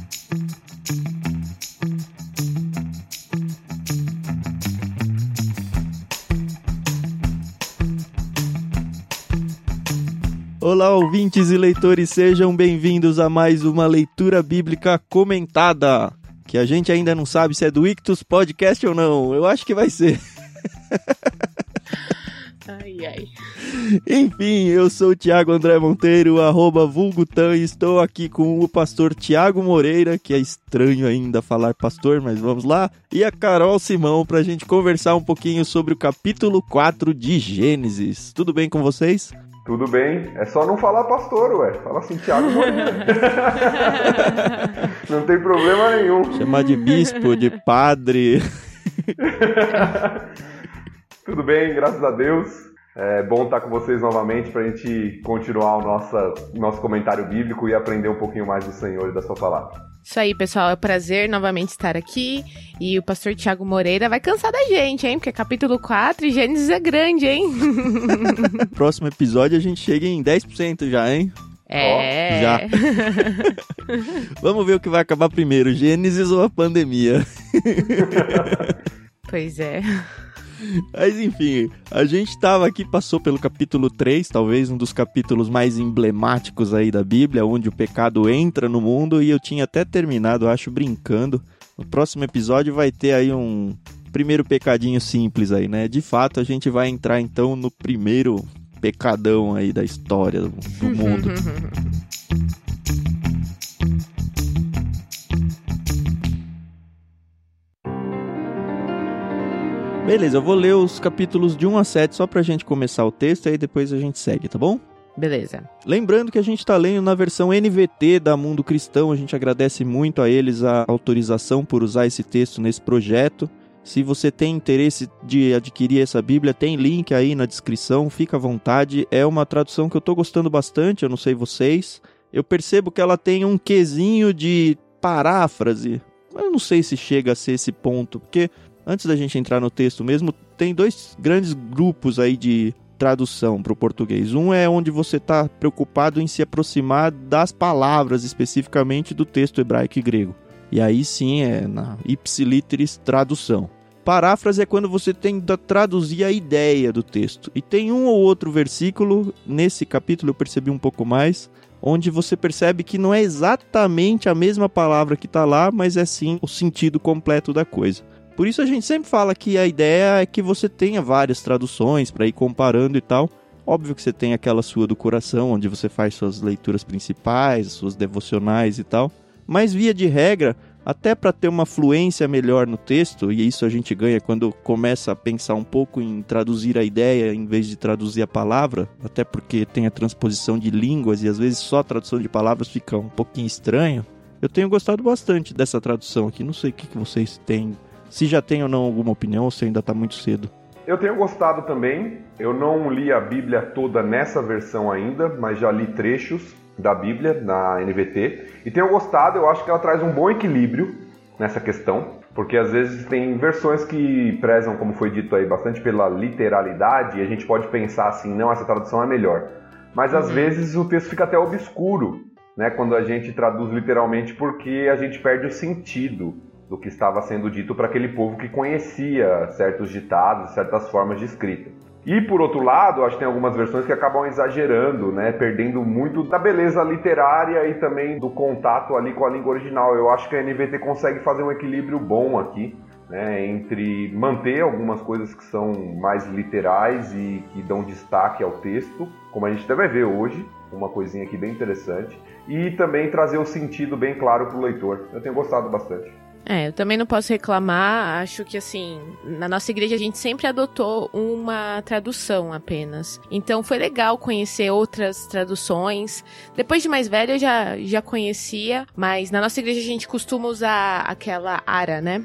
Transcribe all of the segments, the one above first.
Olá, ouvintes e leitores, sejam bem-vindos a mais uma leitura bíblica comentada, que a gente ainda não sabe se é do Ictus Podcast ou não, eu acho que vai ser. Ai, ai. Enfim, eu sou o Thiago André Monteiro, @vulgutan, e estou aqui com o pastor Tiago Moreira, que é estranho ainda falar pastor, mas vamos lá, e a Carol Simão, pra gente conversar um pouquinho sobre o capítulo 4 de Gênesis. Tudo bem com vocês? Tudo bem, é só não falar pastor, ué. Fala assim, Thiago Moreira. Não tem problema nenhum. Chamar de bispo, de padre. Tudo bem, graças a Deus. É bom estar com vocês novamente para a gente continuar o nosso comentário bíblico e aprender um pouquinho mais do Senhor e da sua palavra. Isso aí, pessoal, é um prazer novamente estar aqui. E o pastor Tiago Moreira vai cansar da gente, hein? Porque capítulo 4 e Gênesis é grande, hein? Próximo episódio a gente chega em 10% já, hein? É. Já. Vamos ver o que vai acabar primeiro, Gênesis ou a pandemia? Pois é. Mas enfim, a gente passou pelo capítulo 3, talvez um dos capítulos mais emblemáticos aí da Bíblia, onde o pecado entra no mundo, e eu tinha até terminado, acho, brincando. No próximo episódio vai ter aí um primeiro pecadinho simples aí, né? De fato, a gente vai entrar então no primeiro pecadão aí da história do mundo. Beleza, eu vou ler os capítulos de 1 a 7 só pra gente começar o texto, e aí depois a gente segue, tá bom? Beleza. Lembrando que a gente tá lendo na versão NVT da Mundo Cristão, a gente agradece muito a eles a autorização por usar esse texto nesse projeto. Se você tem interesse de adquirir essa Bíblia, tem link aí na descrição, fica à vontade. É uma tradução que eu tô gostando bastante, eu não sei vocês. Eu percebo que ela tem um quesinho de paráfrase, mas eu não sei se chega a ser esse ponto, porque antes da gente entrar no texto mesmo, tem dois grandes grupos aí de tradução para o português. Um é onde você está preocupado em se aproximar das palavras, especificamente do texto hebraico e grego. E aí sim é na ipsiliteris tradução. Paráfrase é quando você tenta traduzir a ideia do texto. E tem um ou outro versículo, nesse capítulo eu percebi um pouco mais, onde você percebe que não é exatamente a mesma palavra que está lá, mas é sim o sentido completo da coisa. Por isso a gente sempre fala que a ideia é que você tenha várias traduções para ir comparando e tal. Óbvio que você tem aquela sua do coração, onde você faz suas leituras principais, suas devocionais e tal. Mas via de regra, até para ter uma fluência melhor no texto, e isso a gente ganha quando começa a pensar um pouco em traduzir a ideia em vez de traduzir a palavra, até porque tem a transposição de línguas e às vezes só a tradução de palavras fica um pouquinho estranho. Eu tenho gostado bastante dessa tradução aqui, não sei o que vocês têm. Se já tem ou não alguma opinião, ou se ainda está muito cedo. Eu tenho gostado também. Eu não li a Bíblia toda nessa versão ainda, mas já li trechos da Bíblia na NVT. E tenho gostado, eu acho que ela traz um bom equilíbrio nessa questão. Porque às vezes tem versões que prezam, como foi dito aí, bastante pela literalidade. E a gente pode pensar assim, não, essa tradução é melhor. Mas às vezes o texto fica até obscuro, né, quando a gente traduz literalmente, porque a gente perde o sentido do que estava sendo dito para aquele povo que conhecia certos ditados, certas formas de escrita. E, por outro lado, acho que tem algumas versões que acabam exagerando, né, perdendo muito da beleza literária e também do contato ali com a língua original. Eu acho que a NVT consegue fazer um equilíbrio bom aqui, né, entre manter algumas coisas que são mais literais e que dão destaque ao texto, como a gente até vai ver hoje, uma coisinha aqui bem interessante, e também trazer o sentido bem claro para o leitor. Eu tenho gostado bastante. Eu também não posso reclamar, acho que assim, na nossa igreja a gente sempre adotou uma tradução apenas, então foi legal conhecer outras traduções. Depois de mais velha eu já conhecia, mas na nossa igreja a gente costuma usar aquela ARA, né?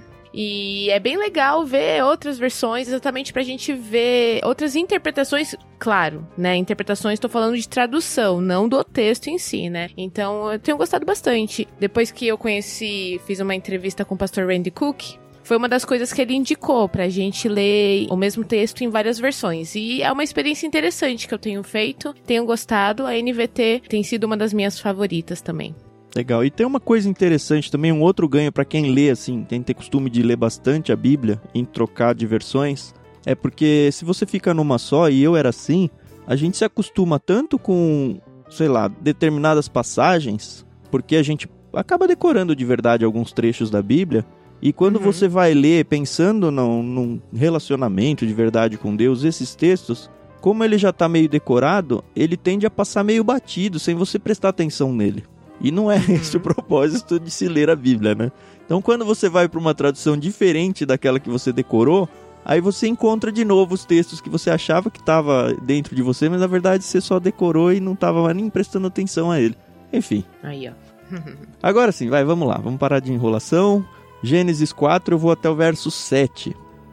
E é bem legal ver outras versões, exatamente pra gente ver outras interpretações, claro, né? Interpretações, tô falando de tradução, não do texto em si, né? Então, eu tenho gostado bastante. Depois que eu fiz uma entrevista com o pastor Randy Cook, foi uma das coisas que ele indicou pra gente ler o mesmo texto em várias versões. E é uma experiência interessante que eu tenho feito, tenho gostado. A NVT tem sido uma das minhas favoritas também. Legal. E tem uma coisa interessante também, um outro ganho para quem lê, assim, tem que ter costume de ler bastante a Bíblia, em trocar de versões, é porque se você fica numa só, e eu era assim, a gente se acostuma tanto com, sei lá, determinadas passagens, porque a gente acaba decorando de verdade alguns trechos da Bíblia, e quando você vai ler pensando num relacionamento de verdade com Deus, esses textos, como ele já está meio decorado, ele tende a passar meio batido, sem você prestar atenção nele. E não é esse o propósito de se ler a Bíblia, né? Então, quando você vai para uma tradução diferente daquela que você decorou, aí você encontra de novo os textos que você achava que estava dentro de você, mas na verdade você só decorou e não estava nem prestando atenção a ele. Enfim. Aí, ó. Agora sim, vamos lá. Vamos parar de enrolação. Gênesis 4, eu vou até o verso 7.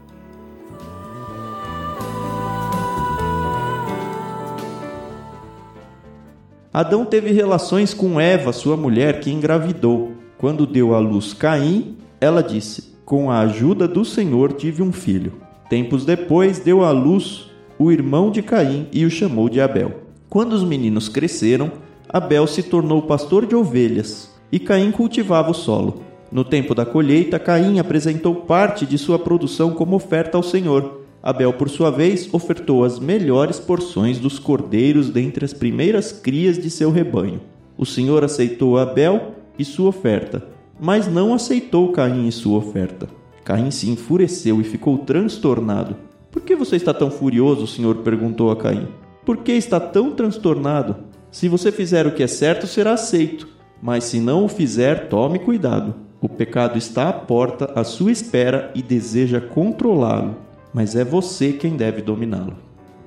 Adão teve relações com Eva, sua mulher, que engravidou. Quando deu à luz Caim, ela disse: com a ajuda do Senhor tive um filho. Tempos depois deu à luz o irmão de Caim e o chamou de Abel. Quando os meninos cresceram, Abel se tornou pastor de ovelhas e Caim cultivava o solo. No tempo da colheita, Caim apresentou parte de sua produção como oferta ao Senhor. Abel, por sua vez, ofertou as melhores porções dos cordeiros dentre as primeiras crias de seu rebanho. O Senhor aceitou Abel e sua oferta, mas não aceitou Caim e sua oferta. Caim se enfureceu e ficou transtornado. Por que você está tão furioso? O Senhor perguntou a Caim. Por que está tão transtornado? Se você fizer o que é certo, será aceito. Mas se não o fizer, tome cuidado. O pecado está à porta, à sua espera e deseja controlá-lo. Mas é você quem deve dominá-lo.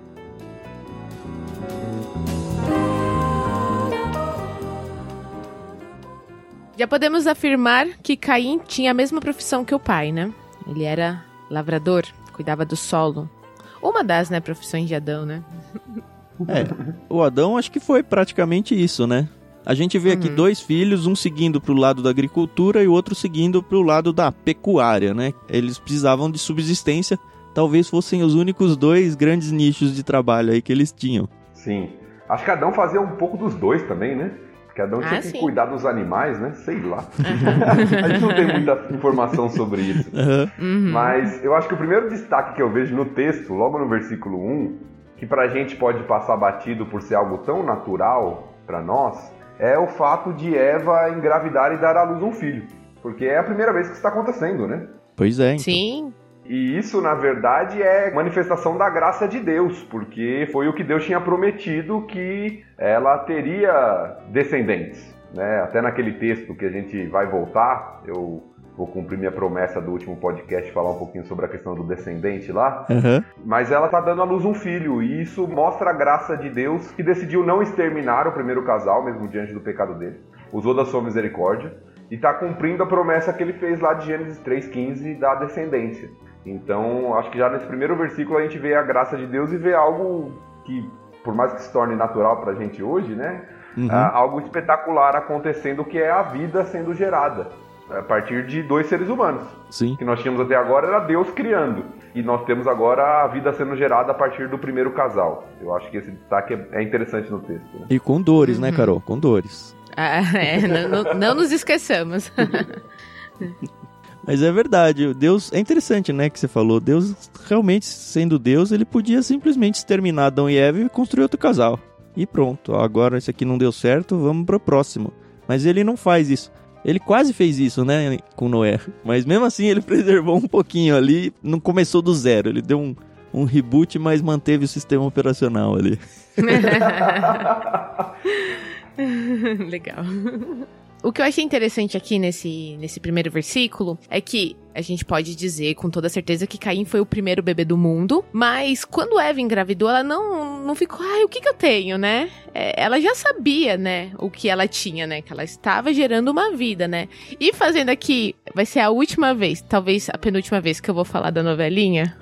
Já podemos afirmar que Caim tinha a mesma profissão que o pai, né? Ele era lavrador, cuidava do solo. Uma das, né, profissões de Adão, né? O Adão acho que foi praticamente isso, né? A gente vê aqui 2 filhos, um seguindo para o lado da agricultura e o outro seguindo para o lado da pecuária, né? Eles precisavam de subsistência. Talvez fossem os únicos 2 grandes nichos de trabalho aí que eles tinham. Sim. Acho que Adão fazia um pouco dos dois também, né? Porque Adão tinha que cuidar dos animais, né? Sei lá. A gente não tem muita informação sobre isso. Mas eu acho que o primeiro destaque que eu vejo no texto, logo no versículo 1, que pra gente pode passar batido por ser algo tão natural pra nós, é o fato de Eva engravidar e dar à luz um filho. Porque é a primeira vez que isso está acontecendo, né? Pois é, então. Sim. E isso, na verdade, é manifestação da graça de Deus, porque foi o que Deus tinha prometido, que ela teria descendentes, né? Até naquele texto que a gente vai voltar, eu vou cumprir minha promessa do último podcast, falar um pouquinho sobre a questão do descendente lá, mas ela está dando à luz um filho, e isso mostra a graça de Deus, que decidiu não exterminar o primeiro casal, mesmo diante do pecado dele, usou da sua misericórdia, e está cumprindo a promessa que ele fez lá de Gênesis 3,15 da descendência. Então, acho que já nesse primeiro versículo a gente vê a graça de Deus e vê algo que, por mais que se torne natural pra gente hoje, né? Algo espetacular acontecendo, que é a vida sendo gerada a partir de 2 seres humanos. Sim. O que nós tínhamos até agora era Deus criando. E nós temos agora a vida sendo gerada a partir do primeiro casal. Eu acho que esse destaque é interessante no texto. Né? E com dores, né, Carol? Com dores. Não nos esqueçamos. Mas é verdade, Deus, é interessante, né, que você falou, Deus realmente sendo Deus, ele podia simplesmente exterminar Adão e Eva e construir outro casal. E pronto, agora esse aqui não deu certo, vamos pro próximo. Mas ele não faz isso. Ele quase fez isso, né, com Noé. Mas mesmo assim ele preservou um pouquinho ali, não começou do zero, ele deu um reboot, mas manteve o sistema operacional ali. Legal. O que eu achei interessante aqui nesse primeiro versículo é que a gente pode dizer com toda certeza que Caim foi o primeiro bebê do mundo, mas quando Eva engravidou, ela não ficou, o que eu tenho, né? Ela já sabia, né, o que ela tinha, né, que ela estava gerando uma vida, né? E fazendo aqui, vai ser a última vez, talvez a penúltima vez que eu vou falar da novelinha.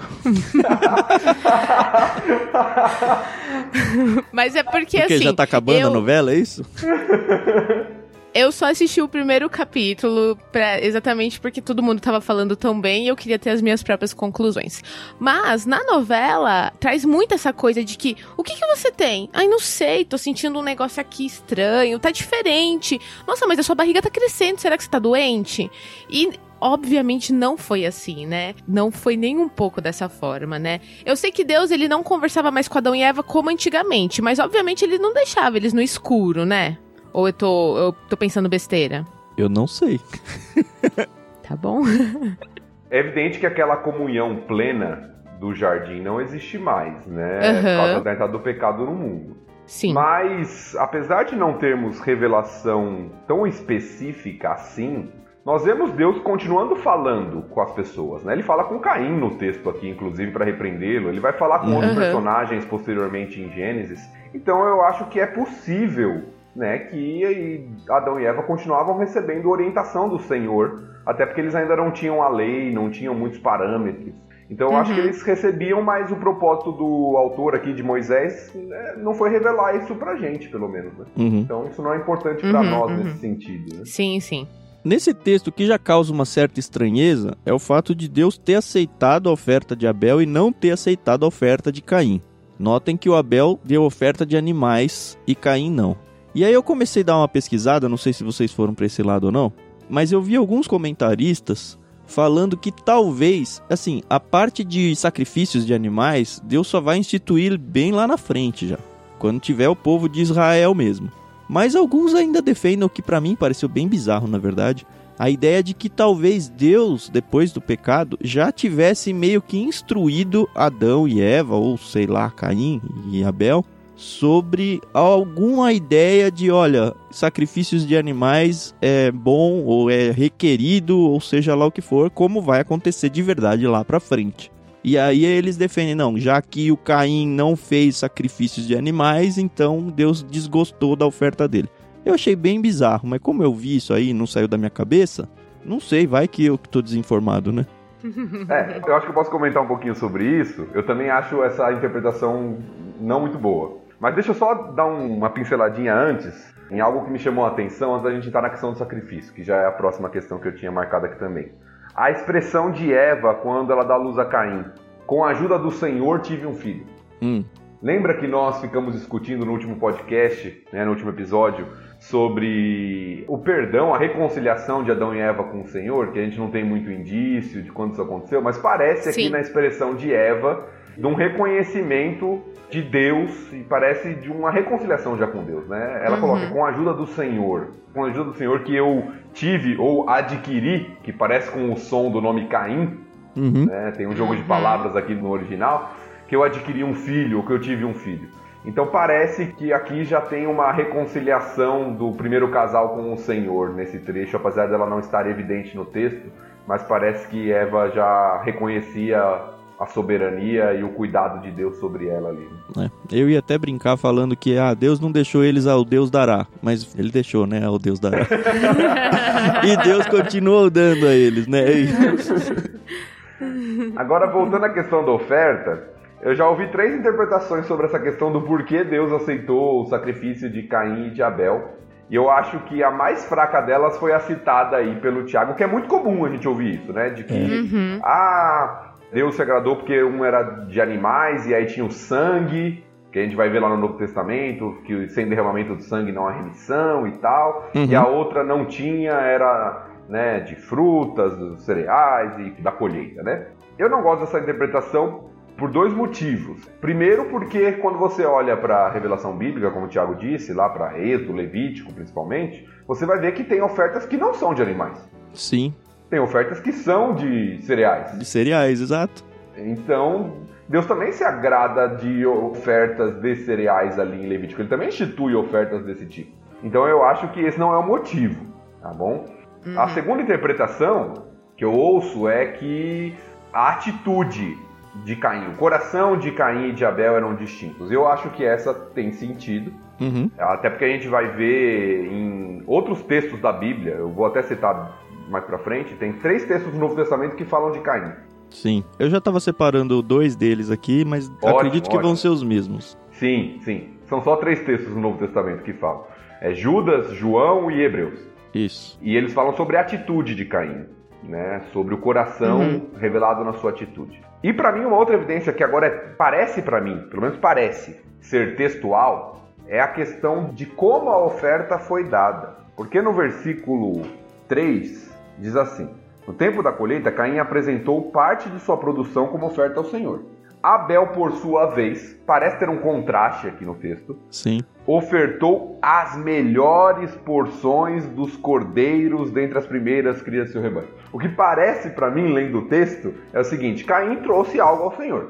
Mas é porque assim... já tá acabando a novela, é isso? Eu só assisti o primeiro capítulo exatamente porque todo mundo tava falando tão bem e eu queria ter as minhas próprias conclusões. Mas, na novela, traz muito essa coisa de que, o que você tem? Ai, não sei, tô sentindo um negócio aqui estranho, tá diferente. Nossa, mas a sua barriga tá crescendo, será que você tá doente? E... obviamente não foi assim, né? Não foi nem um pouco dessa forma, né? Eu sei que Deus, ele não conversava mais com Adão e Eva como antigamente, mas obviamente ele não deixava eles no escuro, né? Ou eu tô pensando besteira? Eu não sei. Tá bom. É evidente que aquela comunhão plena do jardim não existe mais, né? Uhum. Por causa da entrada do pecado no mundo. Sim. Mas, apesar de não termos revelação tão específica assim, nós vemos Deus continuando falando com as pessoas, né? Ele fala com Caim no texto aqui, inclusive, para repreendê-lo. Ele vai falar com outros personagens posteriormente em Gênesis. Então eu acho que é possível, né, que Adão e Eva continuavam recebendo orientação do Senhor, até porque eles ainda não tinham a lei, não tinham muitos parâmetros. Então eu acho que eles recebiam, mas o propósito do autor aqui de Moisés, né, não foi revelar isso pra gente, pelo menos, né? Então isso não é importante pra nós nesse sentido, né? Sim, sim. Nesse texto, o que já causa uma certa estranheza é o fato de Deus ter aceitado a oferta de Abel e não ter aceitado a oferta de Caim. Notem que o Abel deu oferta de animais e Caim não. E aí eu comecei a dar uma pesquisada, não sei se vocês foram para esse lado ou não, mas eu vi alguns comentaristas falando que talvez, assim, a parte de sacrifícios de animais, Deus só vai instituir bem lá na frente já, quando tiver o povo de Israel mesmo. Mas alguns ainda defendem o que pra mim pareceu bem bizarro, na verdade, a ideia de que talvez Deus, depois do pecado, já tivesse meio que instruído Adão e Eva, ou sei lá, Caim e Abel, sobre alguma ideia de, olha, sacrifícios de animais é bom ou é requerido, ou seja lá o que for, como vai acontecer de verdade lá pra frente. E aí eles defendem, não, já que o Caim não fez sacrifícios de animais, então Deus desgostou da oferta dele. Eu achei bem bizarro, mas como eu vi isso aí e não saiu da minha cabeça, não sei, vai que eu tô desinformado, né? Eu acho que eu posso comentar um pouquinho sobre isso. Eu também acho essa interpretação não muito boa. Mas deixa eu só dar uma pinceladinha antes, em algo que me chamou a atenção antes da gente entrar na questão do sacrifício, que já é a próxima questão que eu tinha marcado aqui também. A expressão de Eva quando ela dá luz a Caim: com a ajuda do Senhor tive um filho. Lembra que nós ficamos discutindo no último podcast, né, no último episódio, sobre o perdão, a reconciliação de Adão e Eva com o Senhor, que a gente não tem muito indício de quando isso aconteceu, mas parece aqui na expressão de Eva de um reconhecimento de Deus e parece de uma reconciliação já com Deus, né? Ela coloca com a ajuda do Senhor, que eu tive ou adquiri, que parece com o som do nome Caim, né? Tem um jogo de palavras aqui no original, que eu adquiri um filho ou que eu tive um filho. Então parece que aqui já tem uma reconciliação do primeiro casal com o Senhor nesse trecho, apesar dela não estar evidente no texto, mas parece que Eva já reconhecia a soberania e o cuidado de Deus sobre ela ali. Eu ia até brincar falando que Deus não deixou eles ao Deus dará, mas ele deixou, né, ao Deus dará. E Deus continuou dando a eles, né? Agora, voltando à questão da oferta, eu já ouvi 3 interpretações sobre essa questão do porquê Deus aceitou o sacrifício de Caim e de Abel. E eu acho que a mais fraca delas foi a citada aí pelo Tiago, que é muito comum a gente ouvir isso, né? De que, Deus se agradou porque um era de animais e aí tinha o sangue, que a gente vai ver lá no Novo Testamento, que sem derramamento de sangue não há remissão e tal. E a outra não tinha, era, né, de frutas, dos cereais e da colheita, né? Eu não gosto dessa interpretação por 2 motivos. Primeiro, porque quando você olha para a revelação bíblica, como o Tiago disse, lá para Êxodo, Levítico principalmente, você vai ver que tem ofertas que não são de animais. Sim. Tem ofertas que são de cereais. De cereais, exato. Então, Deus também se agrada de ofertas de cereais ali em Levítico. Ele também institui ofertas desse tipo. Então eu acho que esse não é o motivo, tá bom? A segunda interpretação que eu ouço é que a atitude de Caim, o coração de Caim e de Abel eram distintos. Eu acho que essa tem sentido. Até porque a gente vai ver em outros textos da Bíblia, eu vou até citar mais pra frente, tem 3 textos do Novo Testamento que falam de Caim. Sim, eu já estava separando 2 deles aqui, mas acredito que vão ser os mesmos. Sim, são só 3 textos do Novo Testamento que falam. É Judas, João e Hebreus. Isso. E eles falam sobre a atitude de Caim, né? Sobre o coração revelado na sua atitude. E para mim, uma outra evidência que agora parece para mim, pelo menos parece, ser textual, é a questão de como a oferta foi dada. Porque no versículo 3 diz assim: no tempo da colheita, Caim apresentou parte de sua produção como oferta ao Senhor. Abel, por sua vez, parece ter um contraste aqui no texto. Sim. Ofertou as melhores porções dos cordeiros dentre as primeiras crias do seu rebanho. O que parece para mim, lendo o texto, é o seguinte: Caim trouxe algo ao Senhor.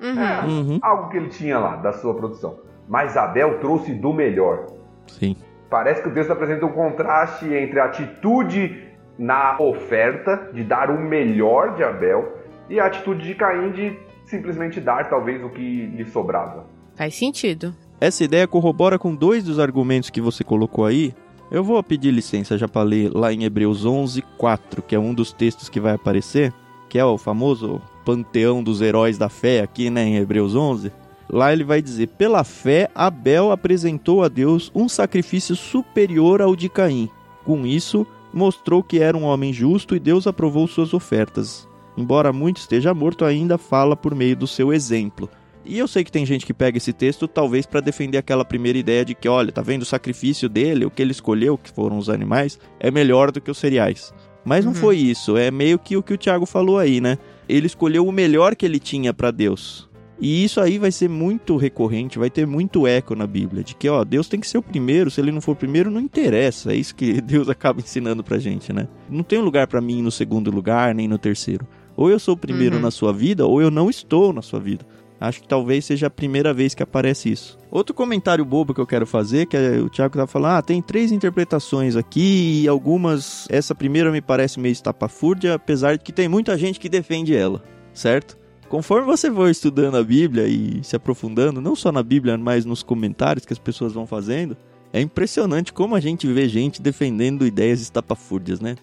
Algo que ele tinha lá, da sua produção. Mas Abel trouxe do melhor. Sim. Parece que o texto apresenta um contraste entre a atitude na oferta, de dar o melhor de Abel, e a atitude de Caim de simplesmente dar talvez o que lhe sobrava. Faz sentido. Essa ideia corrobora com 2 dos argumentos que você colocou aí. Eu vou pedir licença já para ler lá em Hebreus 11:4, que é um dos textos que vai aparecer, que é o famoso panteão dos heróis da fé aqui, né, em Hebreus 11. Lá ele vai dizer: pela fé, Abel apresentou a Deus um sacrifício superior ao de Caim. Com isso, mostrou que era um homem justo e Deus aprovou suas ofertas. Embora muito esteja morto, ainda fala por meio do seu exemplo. E eu sei que tem gente que pega esse texto talvez para defender aquela primeira ideia de que, olha, tá vendo o sacrifício dele, o que ele escolheu, que foram os animais, é melhor do que os cereais. Mas não foi isso, é meio que o Thiago falou aí, né? Ele escolheu o melhor que ele tinha para Deus. E isso aí vai ser muito recorrente, vai ter muito eco na Bíblia, de que, ó, Deus tem que ser o primeiro, se ele não for o primeiro, não interessa. É isso que Deus acaba ensinando pra gente, né? Não tem um lugar pra mim no segundo lugar, nem no terceiro. Ou eu sou o primeiro na sua vida, ou eu não estou na sua vida. Acho que talvez seja a primeira vez que aparece isso. Outro comentário bobo que eu quero fazer, que o Thiago tá falando, tem 3 interpretações aqui, e algumas, essa primeira me parece meio estapafúrdia, apesar de que tem muita gente que defende ela, certo? Conforme você for estudando a Bíblia e se aprofundando, não só na Bíblia, mas nos comentários que as pessoas vão fazendo, é impressionante como a gente vê gente defendendo ideias estapafúrdias, né?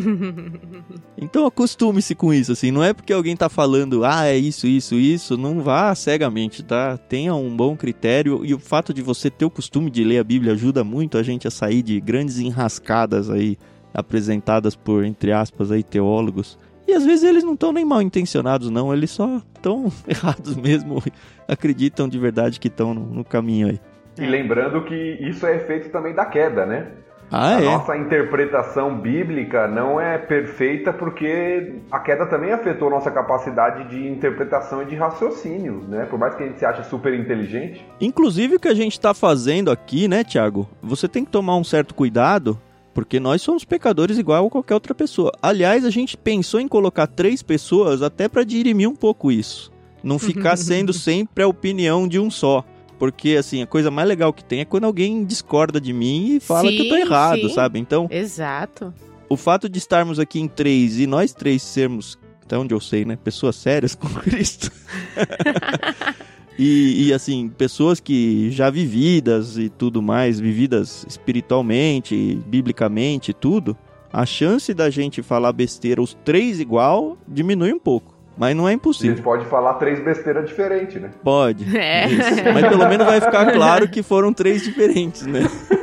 Então acostume-se com isso, assim, não é porque alguém tá falando, é isso, não vá cegamente, tá? Tenha um bom critério, e o fato de você ter o costume de ler a Bíblia ajuda muito a gente a sair de grandes enrascadas aí, apresentadas por, entre aspas, aí, teólogos. E às vezes eles não estão nem mal intencionados, não, eles só estão errados mesmo, acreditam de verdade que estão no caminho aí. E lembrando que isso é efeito também da queda, né? A nossa interpretação bíblica não é perfeita porque a queda também afetou nossa capacidade de interpretação e de raciocínio, né? Por mais que a gente se ache super inteligente. Inclusive o que a gente está fazendo aqui, né, Thiago? Você tem que tomar um certo cuidado, porque nós somos pecadores igual a qualquer outra pessoa. Aliás, a gente pensou em colocar 3 pessoas até para dirimir um pouco isso. Não ficar sendo sempre a opinião de um só. Porque, assim, a coisa mais legal que tem é quando alguém discorda de mim e fala que eu tô errado, sabe? Então, exato. O fato de estarmos aqui em 3 e nós 3 sermos, até onde eu sei, né, pessoas sérias com Cristo. E, assim, pessoas que já vividas e tudo mais, vividas espiritualmente, biblicamente e tudo, a chance da gente falar besteira os 3 igual diminui um pouco. Mas não é impossível. A gente pode falar 3 besteiras diferentes, né? Pode. Isso. Mas pelo menos vai ficar claro que foram 3 diferentes, né?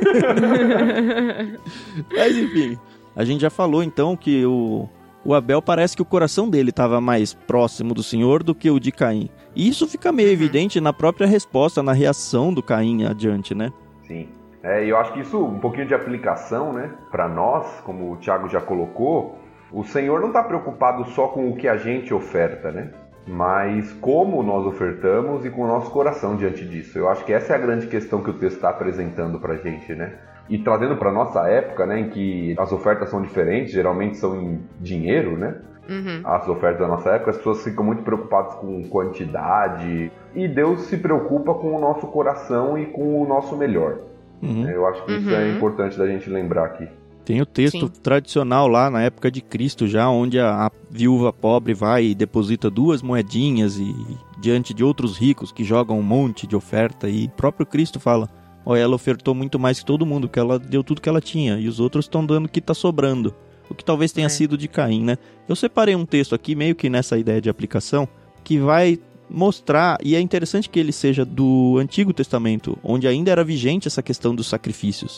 Mas enfim, a gente já falou então que o Abel parece que o coração dele estava mais próximo do Senhor do que o de Caim. E isso fica meio evidente na própria resposta, na reação do Caim adiante, né? Sim. E eu acho que isso, um pouquinho de aplicação, né? Para nós, como o Thiago já colocou, o Senhor não está preocupado só com o que a gente oferta, né? Mas como nós ofertamos e com o nosso coração diante disso. Eu acho que essa é a grande questão que o texto está apresentando para a gente, né? E trazendo para nossa época, né, em que as ofertas são diferentes, geralmente são em dinheiro, né? As ofertas da nossa época, as pessoas ficam muito preocupadas com quantidade. E Deus se preocupa com o nosso coração e com o nosso melhor. Eu acho que isso é importante da gente lembrar aqui. Tem o texto tradicional lá na época de Cristo já, onde a viúva pobre vai e deposita 2 moedinhas e diante de outros ricos que jogam um monte de oferta, e o próprio Cristo fala, ela ofertou muito mais que todo mundo, que ela deu tudo que ela tinha, e os outros estão dando o que está sobrando, o que talvez tenha sido de Caim, né? Eu separei um texto aqui, meio que nessa ideia de aplicação, que vai mostrar, e é interessante que ele seja do Antigo Testamento, onde ainda era vigente essa questão dos sacrifícios.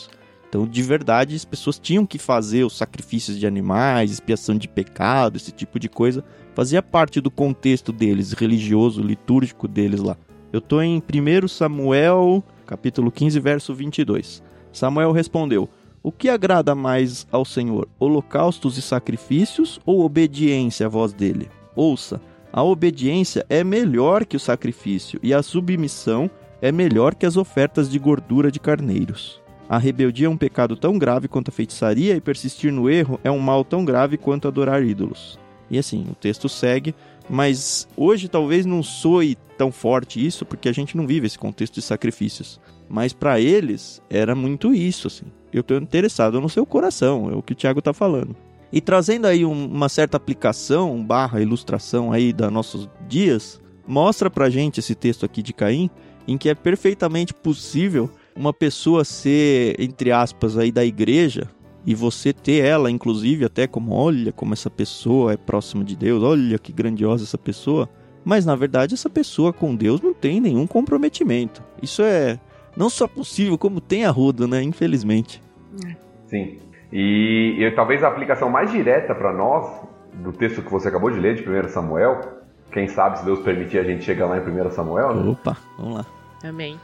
Então, de verdade, as pessoas tinham que fazer os sacrifícios de animais, expiação de pecado, esse tipo de coisa. Fazia parte do contexto deles, religioso, litúrgico deles lá. Eu estou em 1 Samuel, capítulo 15, verso 22. Samuel respondeu: o que agrada mais ao Senhor, holocaustos e sacrifícios ou obediência à voz dele? Ouça, a obediência é melhor que o sacrifício e a submissão é melhor que as ofertas de gordura de carneiros. A rebeldia é um pecado tão grave quanto a feitiçaria e persistir no erro é um mal tão grave quanto adorar ídolos. E assim, o texto segue, mas hoje talvez não soe tão forte isso porque a gente não vive esse contexto de sacrifícios. Mas para eles era muito isso, assim. Eu estou interessado no seu coração, é o que o Tiago está falando. E trazendo aí uma certa aplicação, ilustração aí dos nossos dias, mostra pra gente esse texto aqui de Caim, em que é perfeitamente possível uma pessoa ser, entre aspas, aí da igreja, e você ter ela, inclusive, até como, olha como essa pessoa é próxima de Deus, olha que grandiosa essa pessoa, mas na verdade essa pessoa com Deus não tem nenhum comprometimento. Isso é não só possível, como tem arrudo, né? Infelizmente. Sim. E talvez a aplicação mais direta para nós, do texto que você acabou de ler, de 1 Samuel, quem sabe, se Deus permitir, a gente chega lá em 1 Samuel, né? Opa, vamos lá. Amém.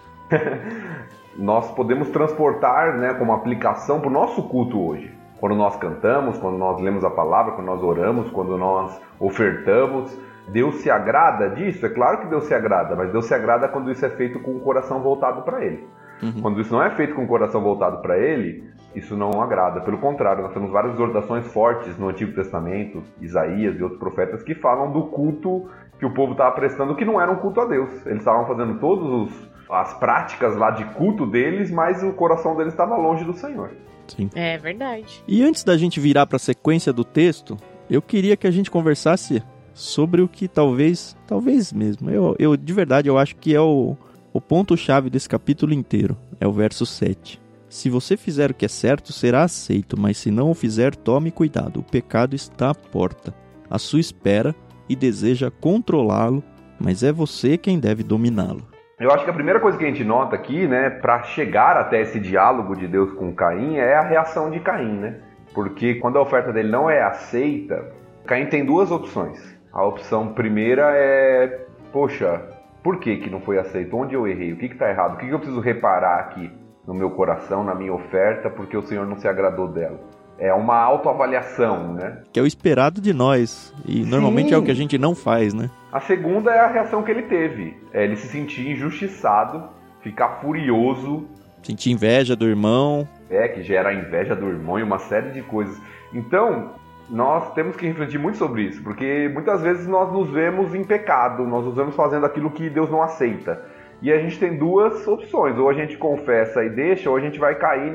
Nós podemos transportar, né, como aplicação para o nosso culto hoje. Quando nós cantamos, quando nós lemos a palavra, quando nós oramos, quando nós ofertamos, Deus se agrada disso? É claro que Deus se agrada, mas Deus se agrada quando isso é feito com o coração voltado para Ele. Quando isso não é feito com o coração voltado para Ele, isso não agrada. Pelo contrário, nós temos várias exortações fortes no Antigo Testamento, Isaías e outros profetas, que falam do culto que o povo estava prestando, que não era um culto a Deus. Eles estavam fazendo todas as práticas lá de culto deles, mas o coração deles estava longe do Senhor. Sim. É verdade. E antes da gente virar para a sequência do texto, eu queria que a gente conversasse sobre o que talvez mesmo, eu de verdade eu acho que é o ponto-chave desse capítulo inteiro, é o verso 7. Se você fizer o que é certo, será aceito, mas se não o fizer, tome cuidado, o pecado está à porta, à sua espera, e deseja controlá-lo, mas é você quem deve dominá-lo. Eu acho que a primeira coisa que a gente nota aqui, né, para chegar até esse diálogo de Deus com Caim, é a reação de Caim, né? Porque quando a oferta dele não é aceita, Caim tem duas opções. A opção primeira é, poxa, por que não foi aceito? Onde eu errei? O que está errado? O que eu preciso reparar aqui no meu coração, na minha oferta, porque o Senhor não se agradou dela? É uma autoavaliação, né? Que é o esperado de nós. E normalmente é o que a gente não faz, né? A segunda é a reação que ele teve. É ele se sentir injustiçado, ficar furioso. Sentir inveja do irmão. Que gera a inveja do irmão e uma série de coisas. Então, nós temos que refletir muito sobre isso, porque muitas vezes nós nos vemos em pecado, nós nos vemos fazendo aquilo que Deus não aceita. E a gente tem duas opções, ou a gente confessa e deixa, ou a gente vai cair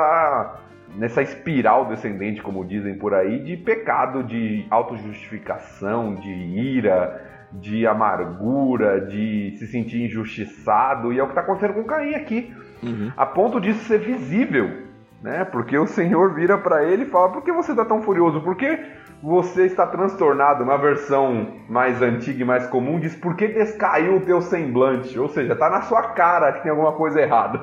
nessa espiral descendente, como dizem por aí, de pecado, de autojustificação, de ira, de amargura, de se sentir injustiçado, e é o que está acontecendo com Caim aqui, a ponto disso ser visível, né? Porque o Senhor vira para ele e fala: por que você está tão furioso? Por que você está transtornado? Uma versão mais antiga e mais comum diz: por que descaiu o teu semblante? Ou seja, está na sua cara que tem alguma coisa errada.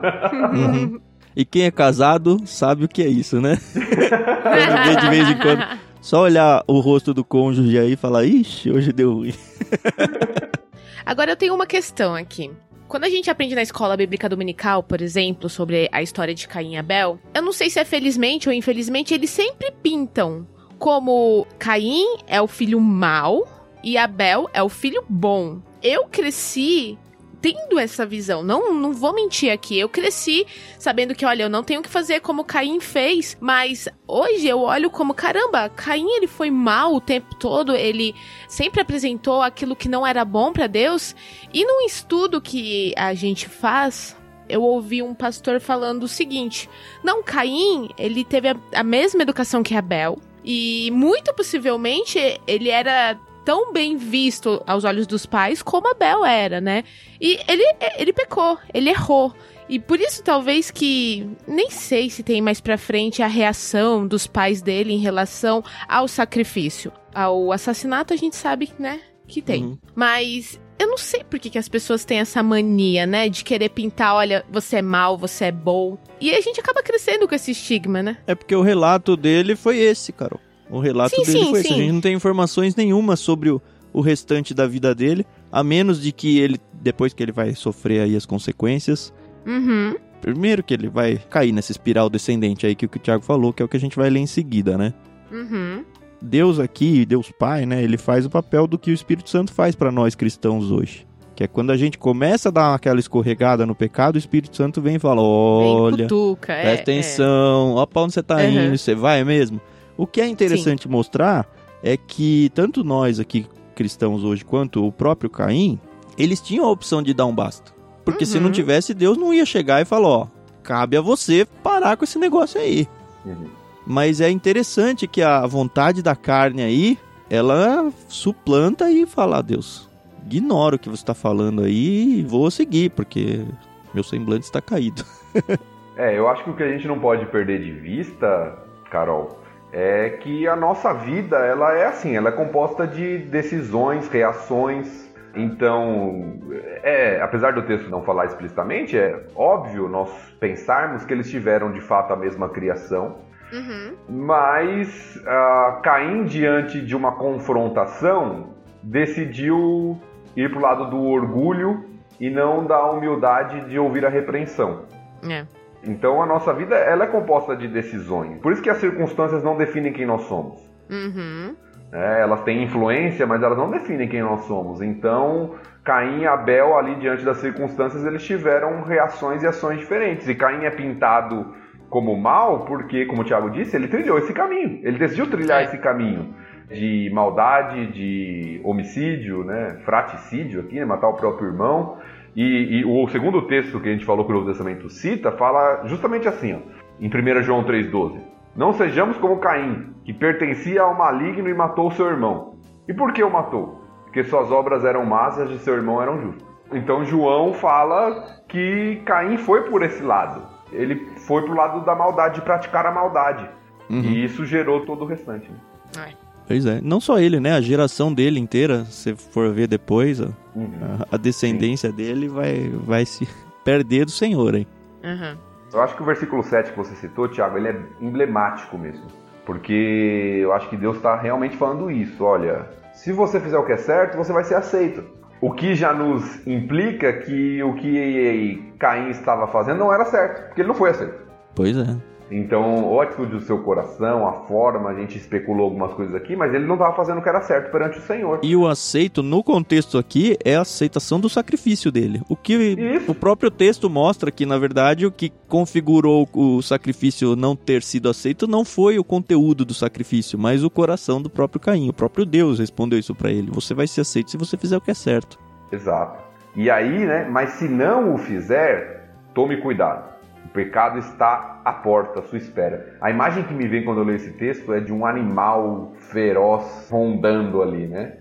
E quem é casado sabe o que é isso, né? De vez em quando, só olhar o rosto do cônjuge aí e falar: ixi, hoje deu ruim. Agora eu tenho uma questão aqui. Quando a gente aprende na escola bíblica dominical, por exemplo, sobre a história de Caim e Abel, eu não sei se é felizmente ou infelizmente, eles sempre pintam como Caim é o filho mau e Abel é o filho bom. Eu cresci tendo essa visão, não vou mentir aqui, eu cresci sabendo que, olha, eu não tenho que fazer como Caim fez, mas hoje eu olho como, caramba, Caim ele foi mal o tempo todo, ele sempre apresentou aquilo que não era bom pra Deus, e num estudo que a gente faz, eu ouvi um pastor falando o seguinte: não, Caim, ele teve a mesma educação que Abel, e muito possivelmente ele era tão bem visto aos olhos dos pais como Abel era, né? E ele pecou, ele errou. E por isso talvez que, nem sei se tem mais pra frente a reação dos pais dele em relação ao sacrifício. Ao assassinato a gente sabe, né, que tem. Mas Eu não sei por que as pessoas têm essa mania, né? De querer pintar, olha, você é mal, você é bom. E a gente acaba crescendo com esse estigma, né? É porque o relato dele foi esse, Carol. O relato dele foi esse. A gente não tem informações nenhuma sobre o restante da vida dele, a menos de que ele, depois que ele vai sofrer aí as consequências... Uhum. Primeiro que ele vai cair nessa espiral descendente aí que o Thiago falou, que é o que a gente vai ler em seguida, né? Uhum. Deus aqui, Deus Pai, né? Ele faz o papel do que o Espírito Santo faz pra nós cristãos hoje. Que é quando a gente começa a dar aquela escorregada no pecado, o Espírito Santo vem e fala, olha, cutuca, presta atenção, ó pra onde você tá indo, você vai mesmo? O que é interessante mostrar é que tanto nós aqui cristãos hoje, quanto o próprio Caim, eles tinham a opção de dar um basta. Porque se não tivesse, Deus não ia chegar e falar, ó, cabe a você parar com esse negócio aí. Mas é interessante que a vontade da carne aí, ela suplanta e fala, Deus, ignoro o que você está falando aí e vou seguir, porque meu semblante está caído. Eu acho que o que a gente não pode perder de vista, Carol, é que a nossa vida, ela é assim, ela é composta de decisões, reações. Então, apesar do texto não falar explicitamente, é óbvio nós pensarmos que eles tiveram de fato a mesma criação, mas Caim, diante de uma confrontação, decidiu ir para o lado do orgulho e não da humildade de ouvir a repreensão. Então a nossa vida, ela é composta de decisões. Por isso que as circunstâncias não definem quem nós somos. Elas têm influência, mas elas não definem quem nós somos. Então, Caim e Abel, ali diante das circunstâncias, eles tiveram reações e ações diferentes. E Caim é pintado como mal porque, como o Thiago disse, ele trilhou esse caminho. Ele decidiu trilhar esse caminho de maldade, de homicídio, né? Fraticídio aqui, né? Matar o próprio irmão. E o segundo texto que a gente falou que o Novo Testamento cita, fala justamente assim, ó, em 1 João 3,12. Não sejamos como Caim, que pertencia ao maligno e matou seu irmão. E por que o matou? Porque suas obras eram más e as de seu irmão eram justas. Então João fala que Caim foi por esse lado. Ele foi pro lado da maldade, de praticar a maldade. E isso gerou todo o restante. Né? Pois é. Não só ele, né? A geração dele inteira, se for ver depois, a descendência dele vai se perder do Senhor, hein? Eu acho que o versículo 7 que você citou, Thiago, ele é emblemático mesmo. Porque eu acho que Deus está realmente falando isso. Olha, se você fizer o que é certo, você vai ser aceito. O que já nos implica que o que Caim estava fazendo não era certo, porque ele não foi aceito. Pois é. Então, a atitude do seu coração, a forma, a gente especulou algumas coisas aqui, mas ele não estava fazendo o que era certo perante o Senhor. E o aceito, no contexto aqui, é a aceitação do sacrifício dele. O que o próprio texto mostra que, na verdade, o que configurou o sacrifício não ter sido aceito não foi o conteúdo do sacrifício, mas o coração do próprio Caim. O próprio Deus respondeu isso para ele. Você vai ser aceito se você fizer o que é certo. Exato. E aí, né, mas se não o fizer, tome cuidado. O pecado está à porta, à sua espera. A imagem que me vem quando eu leio esse texto é de um animal feroz rondando ali, né?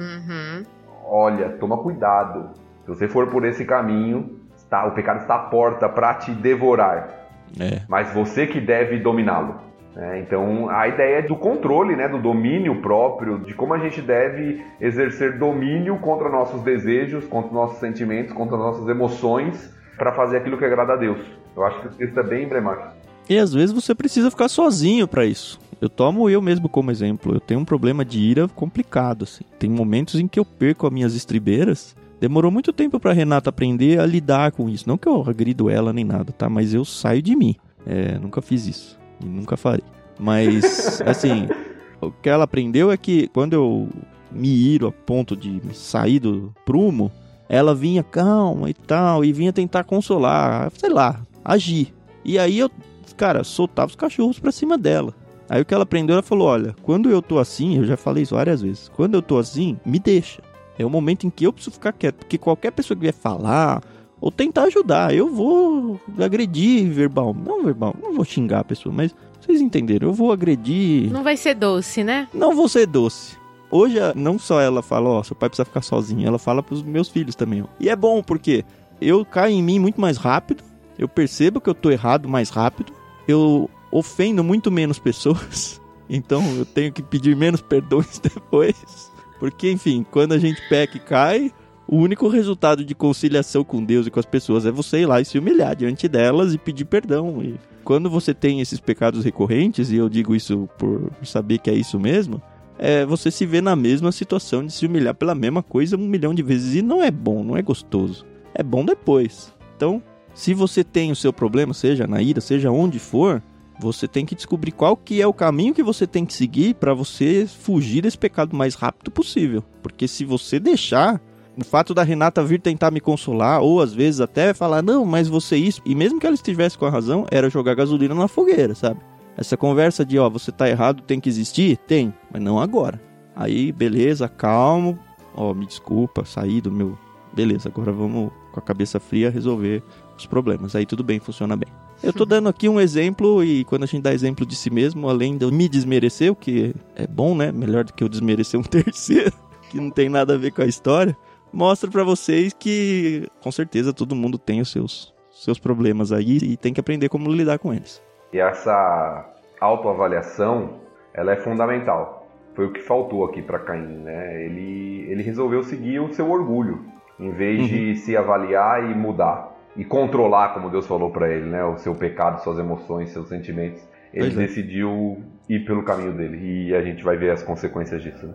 Olha, toma cuidado. Se você for por esse caminho, o pecado está à porta para te devorar. Mas você que deve dominá-lo. Então, a ideia é do controle, né, do domínio próprio, de como a gente deve exercer domínio contra nossos desejos, contra nossos sentimentos, contra nossas emoções, para fazer aquilo que agrada a Deus. Eu acho que isso é bem emblemático. E às vezes você precisa ficar sozinho para isso. Eu tomo eu mesmo como exemplo. Eu tenho um problema de ira complicado, assim. Tem momentos em que eu perco as minhas estribeiras. Demorou muito tempo pra Renata aprender a lidar com isso. Não que eu agrido ela nem nada, tá? Mas eu saio de mim. Nunca fiz isso. E nunca farei. Mas, assim, o que ela aprendeu é que quando eu me iro a ponto de sair do prumo, ela vinha calma e tal, e vinha tentar consolar, sei lá, agir. E aí eu, cara, soltava os cachorros pra cima dela. Aí o que ela aprendeu, ela falou, olha, quando eu tô assim, eu já falei isso várias vezes, quando eu tô assim, me deixa. É o momento em que eu preciso ficar quieto, porque qualquer pessoa que vier falar ou tentar ajudar, eu vou agredir não vou xingar a pessoa, mas vocês entenderam, eu vou agredir. Não vai ser doce, né? Não vou ser doce. Hoje, não só ela fala, ó, seu pai precisa ficar sozinho, ela fala pros meus filhos também, ó. E é bom, porque eu caio em mim muito mais rápido, eu percebo que eu tô errado mais rápido, eu ofendo muito menos pessoas, então eu tenho que pedir menos perdões depois, porque, enfim, quando a gente peca e cai, O único resultado de conciliação com Deus e com as pessoas é você ir lá e se humilhar diante delas e pedir perdão. E quando você tem esses pecados recorrentes, e eu digo isso por saber que é isso mesmo, você se vê na mesma situação de se humilhar pela mesma coisa 1 milhão de vezes. E não é bom, não é gostoso. É bom depois. Então, se você tem o seu problema, seja na ira, seja onde for, você tem que descobrir qual que é o caminho que você tem que seguir para você fugir desse pecado o mais rápido possível. Porque se você deixar, o fato da Renata vir tentar me consolar, ou às vezes até falar, não, mas você isso, e mesmo que ela estivesse com a razão, era jogar gasolina na fogueira, sabe? Essa conversa de, você tá errado, tem que existir? Tem, mas não agora. Aí, beleza, calmo, me desculpa, saí do meu... Beleza, agora vamos com a cabeça fria resolver os problemas. Aí tudo bem, funciona bem. Eu tô dando aqui um exemplo, e quando a gente dá exemplo de si mesmo, além de eu me desmerecer, o que é bom, né? Melhor do que eu desmerecer um terceiro, que não tem nada a ver com a história, mostra pra vocês que, com certeza, todo mundo tem os seus problemas aí e tem que aprender como lidar com eles. E essa autoavaliação, ela é fundamental. Foi o que faltou aqui para Caim, né? Ele resolveu seguir o seu orgulho, em vez de se avaliar e mudar. E controlar, como Deus falou para ele, né? O seu pecado, suas emoções, seus sentimentos. Ele decidiu ir pelo caminho dele. E a gente vai ver as consequências disso, né?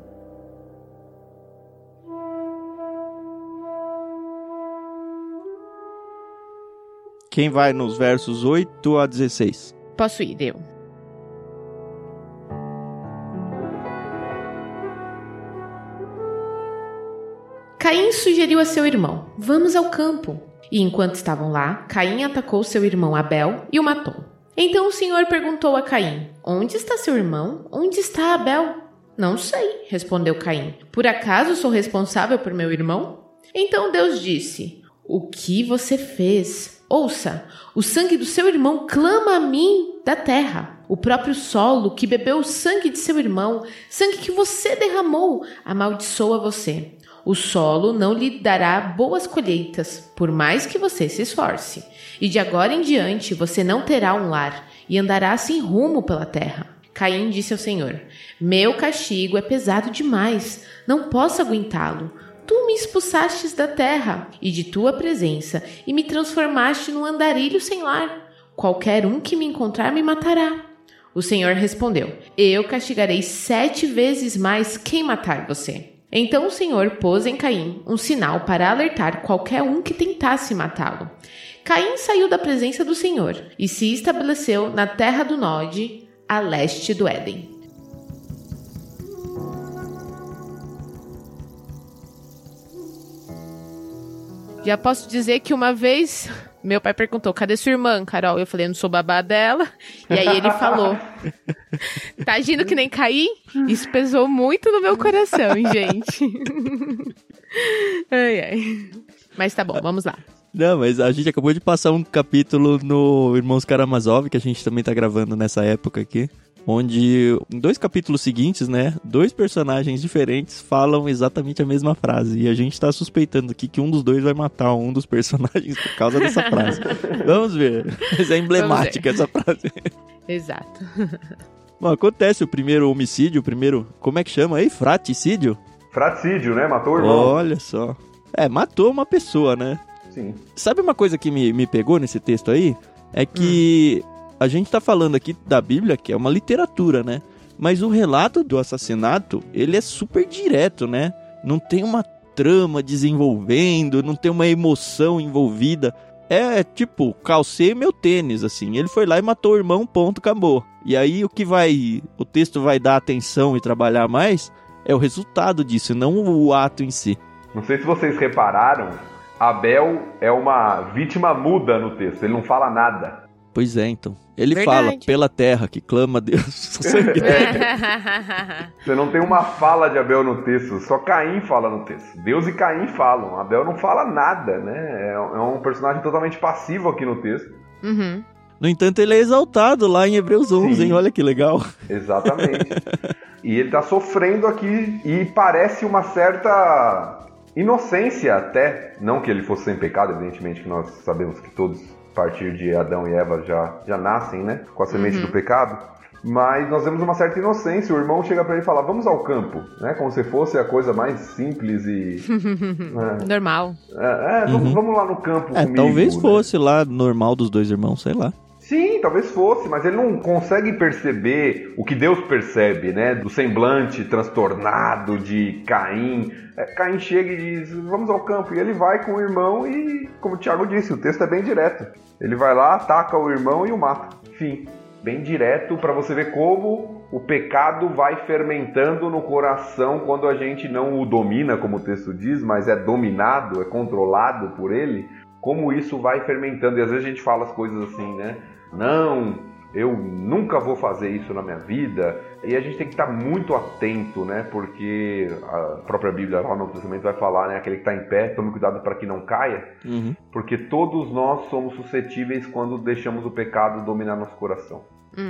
Quem vai nos versos 8 a 16? Posso ir, eu. Caim sugeriu a seu irmão, vamos ao campo. E enquanto estavam lá, Caim atacou seu irmão Abel e o matou. Então o Senhor perguntou a Caim, onde está seu irmão? Onde está Abel? Não sei, respondeu Caim. Por acaso sou responsável por meu irmão? Então Deus disse, o que você fez? Ouça, o sangue do seu irmão clama a mim da terra. O próprio solo que bebeu o sangue de seu irmão, sangue que você derramou, amaldiçoa você. O solo não lhe dará boas colheitas, por mais que você se esforce. E de agora em diante você não terá um lar e andará sem rumo pela terra. Caim disse ao Senhor, meu castigo é pesado demais, não posso aguentá-lo. Tu me expulsastes da terra e de tua presença e me transformaste num andarilho sem lar. Qualquer um que me encontrar me matará. O Senhor respondeu, eu castigarei 7 vezes mais quem matar você. Então o Senhor pôs em Caim um sinal para alertar qualquer um que tentasse matá-lo. Caim saiu da presença do Senhor e se estabeleceu na terra do Nod, a leste do Éden. Já posso dizer que uma vez meu pai perguntou, cadê sua irmã, Carol? Eu falei, eu não sou babá dela. E aí ele falou, tá agindo que nem Caim? Isso pesou muito no meu coração, gente. Ai, ai. Mas tá bom, vamos lá. Não, mas a gente acabou de passar um capítulo no Irmãos Karamazov, que a gente também tá gravando nessa época aqui, onde em 2 capítulos seguintes, né, 2 personagens diferentes falam exatamente a mesma frase, e a gente tá suspeitando aqui que um dos 2 vai matar um dos personagens por causa dessa frase. Vamos ver, mas é emblemática essa frase. Exato. Bom, acontece o primeiro homicídio, como é que chama aí? Fraticídio? Fraticídio, né? Matou o irmão. Olha só. Matou uma pessoa, né? Sim. Sabe uma coisa que me pegou nesse texto aí? É que a gente tá falando aqui da Bíblia, que é uma literatura, né? Mas o relato do assassinato, ele é super direto, né? Não tem uma trama desenvolvendo, não tem uma emoção envolvida. É tipo, calcei meu tênis, assim. Ele foi lá e matou o irmão, ponto, acabou. E aí o texto vai dar atenção e trabalhar mais, é o resultado disso, não o ato em si. Não sei se vocês repararam, Abel é uma vítima muda no texto, ele não fala nada. Pois é, então. Ele fala, pela terra que clama a Deus. Você não tem uma fala de Abel no texto, só Caim fala no texto. Deus e Caim falam, Abel não fala nada, né? É um personagem totalmente passivo aqui no texto. Uhum. No entanto, ele é exaltado lá em Hebreus 11, hein? Olha que legal. Exatamente. E ele tá sofrendo aqui e parece uma certa inocência até. Não que ele fosse sem pecado, evidentemente que nós sabemos que todos, a partir de Adão e Eva, já nascem, né? Com a semente do pecado. Mas nós vemos uma certa inocência. O irmão chega pra ele e fala, vamos ao campo, né? Como se fosse a coisa mais simples e... Normal. Vamos lá no campo comigo. Talvez né? fosse lá normal dos dois irmãos, sei lá. Sim, talvez fosse, mas ele não consegue perceber o que Deus percebe, né? Do semblante transtornado de Caim. Caim chega e diz, vamos ao campo. E ele vai com o irmão e, como o Thiago disse, o texto é bem direto. Ele vai lá, ataca o irmão e o mata. Enfim, bem direto para você ver como o pecado vai fermentando no coração quando a gente não o domina, como o texto diz, mas é dominado, é controlado por ele. Como isso vai fermentando. E às vezes a gente fala as coisas assim, né? Não, eu nunca vou fazer isso na minha vida. E a gente tem que estar muito atento, né? Porque a própria Bíblia lá no Novo Testamento vai falar, né? Aquele que está em pé, tome cuidado para que não caia. Porque todos nós somos suscetíveis quando deixamos o pecado dominar nosso coração.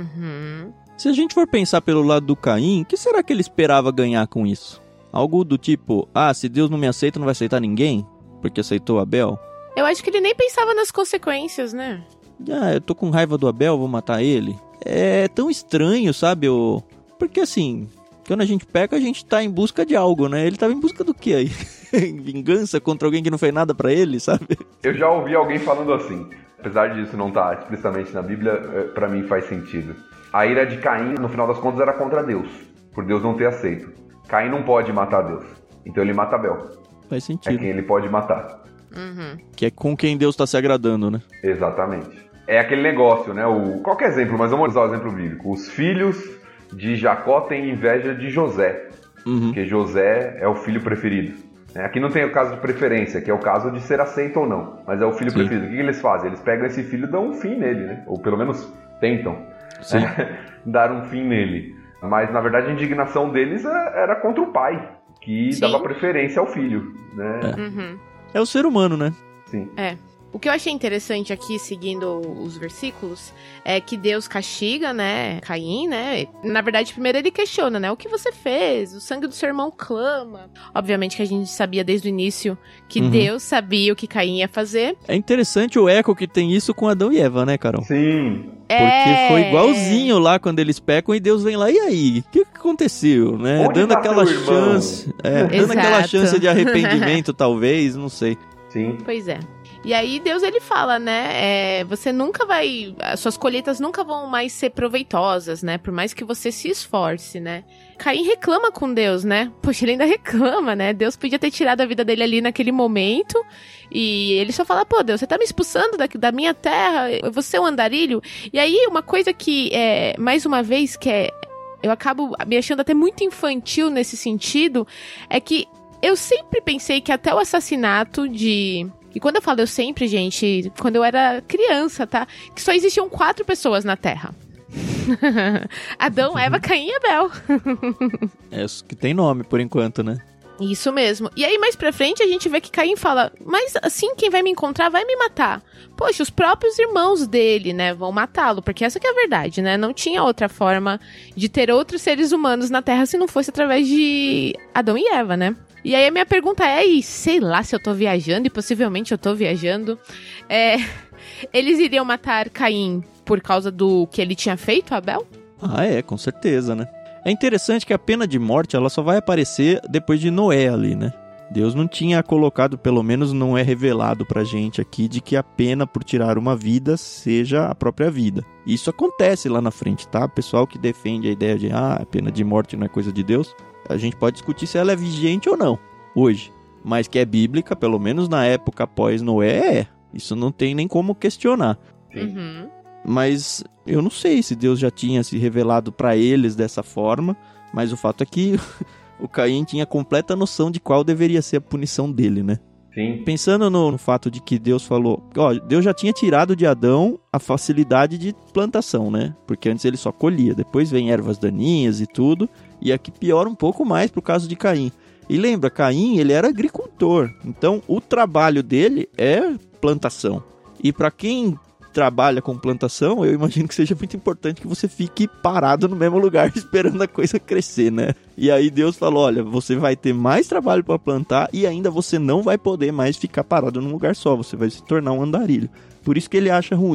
Se a gente for pensar pelo lado do Caim, o que será que ele esperava ganhar com isso? Algo do tipo, se Deus não me aceita, não vai aceitar ninguém? Porque aceitou Abel? Eu acho que ele nem pensava nas consequências, né? Eu tô com raiva do Abel, vou matar ele. É tão estranho, sabe? Porque assim, quando a gente peca, a gente tá em busca de algo, né? Ele tava em busca do quê aí? Vingança contra alguém que não fez nada pra ele, sabe? Eu já ouvi alguém falando assim, apesar disso não estar explicitamente na Bíblia, pra mim faz sentido. A ira de Caim, no final das contas, era contra Deus, por Deus não ter aceito. Caim não pode matar Deus, então ele mata Abel. Faz sentido. É quem ele pode matar. Que é com quem Deus tá se agradando, né? Exatamente. É aquele negócio, né? Qualquer exemplo, mas vamos usar o exemplo bíblico. Os filhos de Jacó têm inveja de José, porque José é o filho preferido. Aqui não tem o caso de preferência, que é o caso de ser aceito ou não, mas é o filho preferido. O que eles fazem? Eles pegam esse filho e dão um fim nele, né? Ou pelo menos tentam dar um fim nele. Mas na verdade a indignação deles era contra o pai, que dava preferência ao filho, né? É o ser humano, né? Sim. O que eu achei interessante aqui, seguindo os versículos, é que Deus castiga, né, Caim, né? Na verdade, primeiro ele questiona, né? O que você fez? O sangue do seu irmão clama. Obviamente que a gente sabia desde o início que Deus sabia o que Caim ia fazer. É interessante o eco que tem isso com Adão e Eva, né, Carol? Sim. Porque foi igualzinho lá quando eles pecam e Deus vem lá, e aí? O que aconteceu, né? Onde dando tá aquela seu irmão? chance. Dando aquela chance de arrependimento, talvez, não sei. Sim. Pois é. E aí Deus, ele fala, né, você nunca vai, as suas colheitas nunca vão mais ser proveitosas, né, por mais que você se esforce, né. Caim reclama com Deus, né, poxa, ele ainda reclama, né, Deus podia ter tirado a vida dele ali naquele momento, e ele só fala, pô, Deus, você tá me expulsando da minha terra, eu vou ser um andarilho. E aí uma coisa que, mais uma vez, eu acabo me achando até muito infantil nesse sentido, é que eu sempre pensei que até o assassinato E quando eu falo eu sempre, gente, quando eu era criança, tá? Que só existiam 4 pessoas na Terra. Adão, Eva, Caim e Abel. É isso que tem nome, por enquanto, né? Isso mesmo. E aí, mais pra frente, a gente vê que Caim fala, mas assim, quem vai me encontrar vai me matar. Poxa, os próprios irmãos dele, né, vão matá-lo, porque essa que é a verdade, né? Não tinha outra forma de ter outros seres humanos na Terra se não fosse através de Adão e Eva, né? E aí a minha pergunta e sei lá se eu tô viajando, e possivelmente eu tô viajando, eles iriam matar Caim por causa do que ele tinha feito, Abel? Com certeza, né? É interessante que a pena de morte, ela só vai aparecer depois de Noé ali, né? Deus não tinha colocado, pelo menos não é revelado pra gente aqui, de que a pena por tirar uma vida seja a própria vida. Isso acontece lá na frente, tá? Pessoal que defende a ideia de, a pena de morte não é coisa de Deus, a gente pode discutir se ela é vigente ou não, hoje. Mas que é bíblica, pelo menos na época após Noé, Isso não tem nem como questionar. Uhum. Mas eu não sei se Deus já tinha se revelado para eles dessa forma, mas o fato é que o Caim tinha completa noção de qual deveria ser a punição dele, né? Sim. Pensando no fato de que Deus falou... Deus já tinha tirado de Adão a facilidade de plantação, né? Porque antes ele só colhia. Depois vem ervas daninhas e tudo. E aqui piora um pouco mais pro caso de Caim. E lembra, Caim, ele era agricultor. Então, o trabalho dele é plantação. E para quem trabalha com plantação, eu imagino que seja muito importante que você fique parado no mesmo lugar esperando a coisa crescer, né? E aí Deus falou, olha, você vai ter mais trabalho para plantar e ainda você não vai poder mais ficar parado num lugar só, você vai se tornar um andarilho. Por isso que ele acha ruim.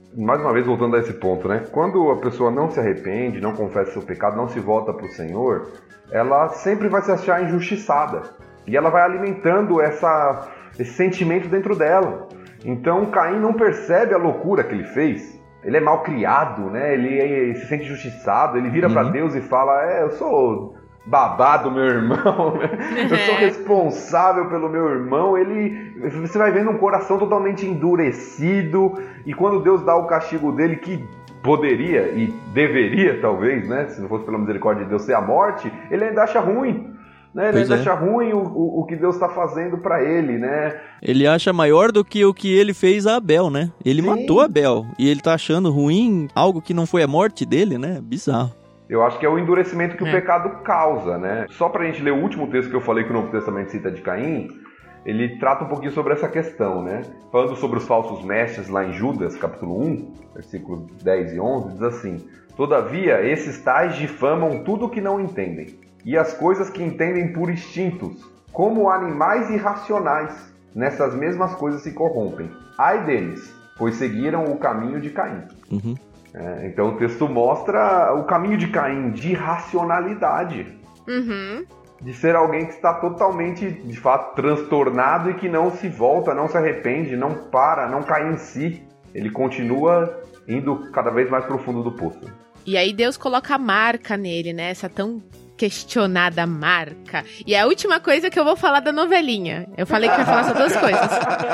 mais uma vez voltando a esse ponto, né? Quando a pessoa não se arrepende, não confessa seu pecado, não se volta para o Senhor, ela sempre vai se achar injustiçada. E ela vai alimentando esse sentimento dentro dela. Então Caim não percebe a loucura que ele fez. Ele é mal criado, né? Ele se sente injustiçado, ele vira para Deus e fala, eu sou babá do meu irmão, eu sou responsável pelo meu irmão. Você vai vendo um coração totalmente endurecido, e quando Deus dá o castigo dele, que poderia e deveria talvez, né, se não fosse pela misericórdia de Deus, ser a morte, ele ainda acha ruim, né? Ele ainda acha ruim o que Deus está fazendo para ele, né? Ele acha maior do que o que ele fez a Abel, né? Ele matou Abel, e ele tá achando ruim algo que não foi a morte dele, né? Bizarro. Eu acho que é o endurecimento que o pecado causa, né? Só pra gente ler o último texto que eu falei que o Novo Testamento cita de Caim, ele trata um pouquinho sobre essa questão, né? Falando sobre os falsos mestres lá em Judas, capítulo 1, versículos 10 e 11, diz assim: Todavia, esses tais difamam tudo o que não entendem, e as coisas que entendem por instintos, como animais irracionais. Nessas mesmas coisas se corrompem. Ai deles, pois seguiram o caminho de Caim. Então o texto mostra o caminho de Caim, de racionalidade. De ser alguém que está totalmente, de fato, transtornado e que não se volta, não se arrepende, não para, não cai em si. Ele continua indo cada vez mais profundo do poço. E aí Deus coloca a marca nele, né? Essa tão questionada marca. E é a última coisa que eu vou falar da novelinha. Eu falei que ia falar só duas coisas.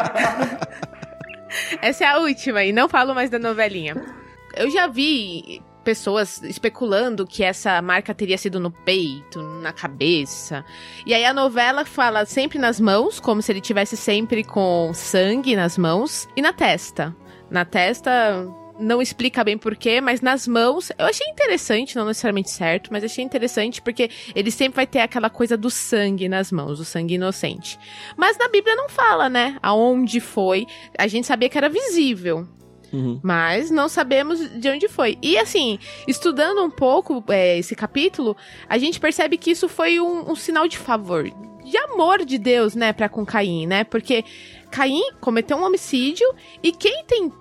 Essa é a última, e não falo mais da novelinha. Eu já vi pessoas especulando que essa marca teria sido no peito, na cabeça. E aí a novela fala sempre nas mãos, como se ele tivesse sempre com sangue nas mãos, e na testa. Na testa não explica bem porquê, mas nas mãos eu achei interessante, não necessariamente certo, mas achei interessante porque ele sempre vai ter aquela coisa do sangue nas mãos, o sangue inocente. Mas na Bíblia não fala, né? Aonde foi. A gente sabia que era visível. Mas não sabemos de onde foi. E assim, estudando um pouco esse capítulo, a gente percebe que isso foi um sinal de favor, de amor de Deus, né, pra com Caim, né? Porque Caim cometeu um homicídio e quem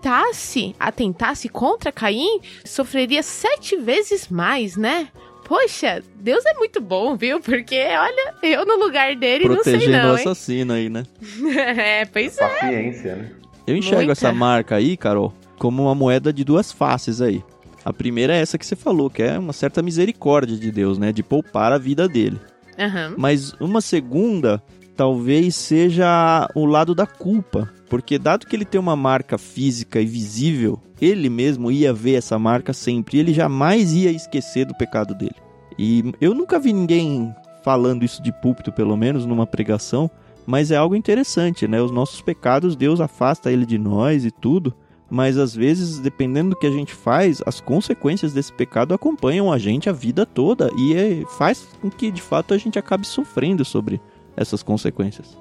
atentasse contra Caim sofreria 7 vezes mais, né? Poxa, Deus é muito bom, viu? Porque, olha, eu no lugar dele não sei não, protegendo o assassino aí, né? Pois Paciência, né? Eu enxergo essa marca aí, Carol, como uma moeda de duas faces aí. A primeira é essa que você falou, que é uma certa misericórdia de Deus, né? De poupar a vida dele. Mas uma segunda, talvez seja o lado da culpa. Porque dado que ele tem uma marca física e visível, ele mesmo ia ver essa marca sempre. E ele jamais ia esquecer do pecado dele. E eu nunca vi ninguém falando isso de púlpito, pelo menos, numa pregação. Mas é algo interessante, né? Os nossos pecados, Deus afasta ele de nós e tudo. Mas às vezes, dependendo do que a gente faz, as consequências desse pecado acompanham a gente a vida toda. E faz com que, de fato, a gente acabe sofrendo sobre essas consequências.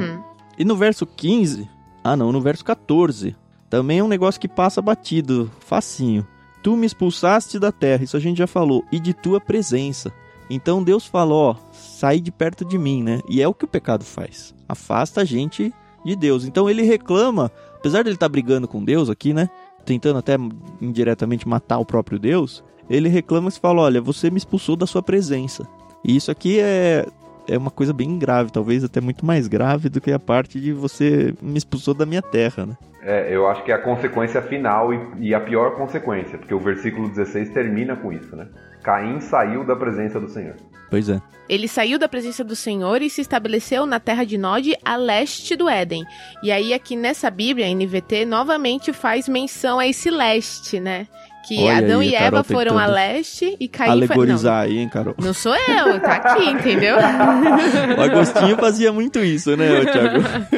E no verso 15... no verso 14. Também é um negócio que passa batido, facinho. Tu me expulsaste da terra, isso a gente já falou, e de tua presença. Então Deus falou, sai de perto de mim, né? E é o que o pecado faz. Afasta a gente de Deus. Então ele reclama, apesar de ele estar brigando com Deus aqui, né? Tentando até indiretamente matar o próprio Deus. Ele reclama e fala, olha, você me expulsou da sua presença. E isso aqui é uma coisa bem grave, talvez até muito mais grave do que a parte de você me expulsou da minha terra, né? Eu acho que é a consequência final e a pior consequência, porque o versículo 16 termina com isso, né? Caim saiu da presença do Senhor. Pois é. Ele saiu da presença do Senhor e se estabeleceu na terra de Nod, a leste do Éden. E aí aqui nessa Bíblia, a NVT, novamente faz menção a esse leste, né? Que olha Adão aí, e Eva foram a leste e Caim alegorizar aí, hein, Carol? Não sou eu, tá aqui, entendeu? O Agostinho fazia muito isso, né, Thiago?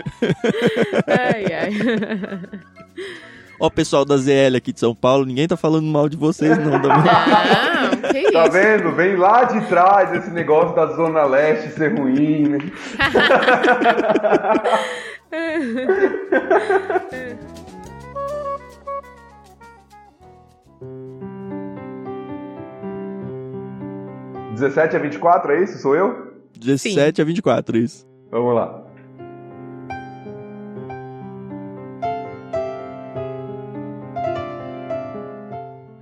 Ai. Ó, pessoal da ZL aqui de São Paulo, ninguém tá falando mal de vocês, não. Não, que isso? Tá vendo? Vem lá de trás esse negócio da Zona Leste ser ruim, né? 17 a 24, é isso? Sou eu? 17 a 24, isso. Vamos lá.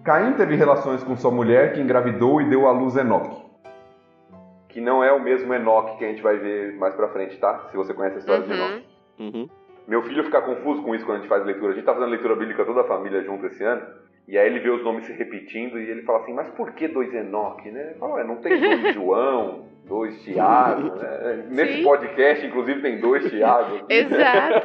Caim teve relações com sua mulher, que engravidou e deu à luz Enoque. Que não é o mesmo Enoque que a gente vai ver mais pra frente, tá? Se você conhece a história de Enoque. Meu filho fica confuso com isso quando a gente faz leitura. A gente tá fazendo leitura bíblica toda a família junto esse ano. E aí ele vê os nomes se repetindo e ele fala assim, mas por que 2 Enoque, né? Ele fala, não tem 2 João, 2 Tiago, né? Nesse podcast, inclusive, tem 2 Tiago. Exato.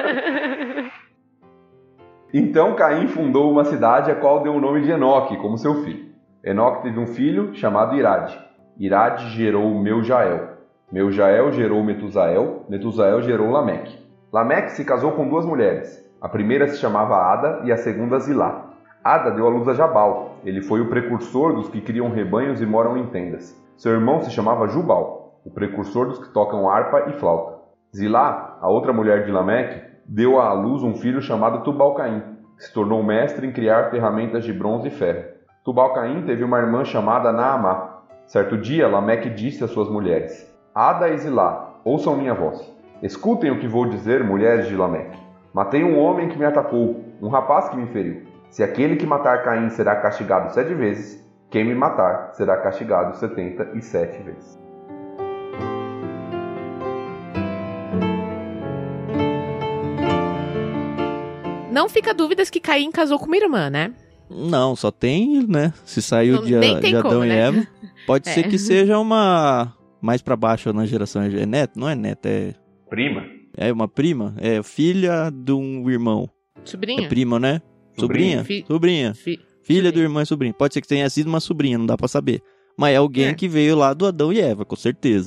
Então Caim fundou uma cidade a qual deu o nome de Enoque, como seu filho. Enoque teve um filho chamado Irade. Irade gerou Meujael. Meujael gerou Metusael. Metusael gerou Lameque. Lameque se casou com 2 mulheres. A primeira se chamava Ada e a segunda Zilá. Ada deu à luz a Jabal. Ele foi o precursor dos que criam rebanhos e moram em tendas. Seu irmão se chamava Jubal, o precursor dos que tocam harpa e flauta. Zilá, a outra mulher de Lameque, deu à luz um filho chamado Tubal-Caim, que se tornou mestre em criar ferramentas de bronze e ferro. Tubal-Caim teve uma irmã chamada Naamá. Certo dia, Lameque disse às suas mulheres, Ada e Zilá, ouçam minha voz. Escutem o que vou dizer, mulheres de Lameque. Matei um homem que me atacou, um rapaz que me feriu. Se aquele que matar Caim será castigado 7 vezes, quem me matar será castigado 77 vezes. Não fica dúvidas que Caim casou com uma irmã, né? Não, só tem, né? Se saiu de Adão como, e né? Eva, pode ser que seja uma... Mais pra baixo na geração, é neto? Não é neto, é... Prima. É uma prima? É filha de um irmão. Sobrinha? É prima, né? Sobrinha? Sobrinha. Filha do irmão e sobrinha. Pode ser que tenha sido uma sobrinha, não dá pra saber. Mas é alguém que veio lá do Adão e Eva, com certeza.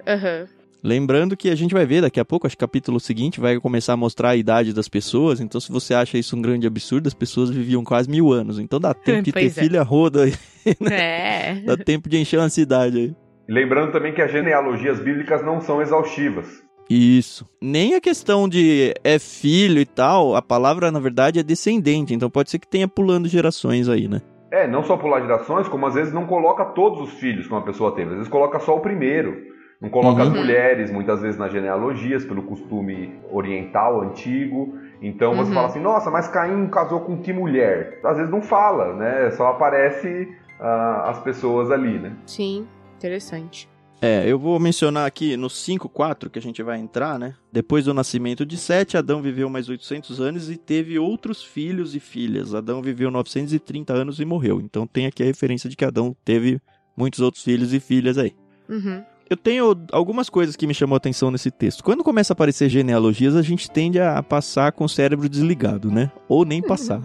Lembrando que a gente vai ver daqui a pouco, acho que capítulo seguinte vai começar a mostrar a idade das pessoas. Então, se você acha isso um grande absurdo, as pessoas viviam quase 1000 anos. Então dá tempo de ter filha roda aí. Né? Dá tempo de encher uma cidade aí. Lembrando também que as genealogias bíblicas não são exaustivas. Isso. Nem a questão de é filho e tal, a palavra na verdade é descendente, então pode ser que tenha pulando gerações aí, né? Não só pular gerações, como às vezes não coloca todos os filhos que uma pessoa teve, às vezes coloca só o primeiro. Não coloca as mulheres, muitas vezes nas genealogias, pelo costume oriental, antigo. Então você fala assim, nossa, mas Caim casou com que mulher? Às vezes não fala, né? Só aparece as pessoas ali, né? Sim, interessante. Eu vou mencionar aqui no 5:4 que a gente vai entrar, né? Depois do nascimento de Sete, Adão viveu mais 800 anos e teve outros filhos e filhas. Adão viveu 930 anos e morreu. Então tem aqui a referência de que Adão teve muitos outros filhos e filhas aí. Eu tenho algumas coisas que me chamou a atenção nesse texto. Quando começa a aparecer genealogias, a gente tende a passar com o cérebro desligado, né? Ou nem passar.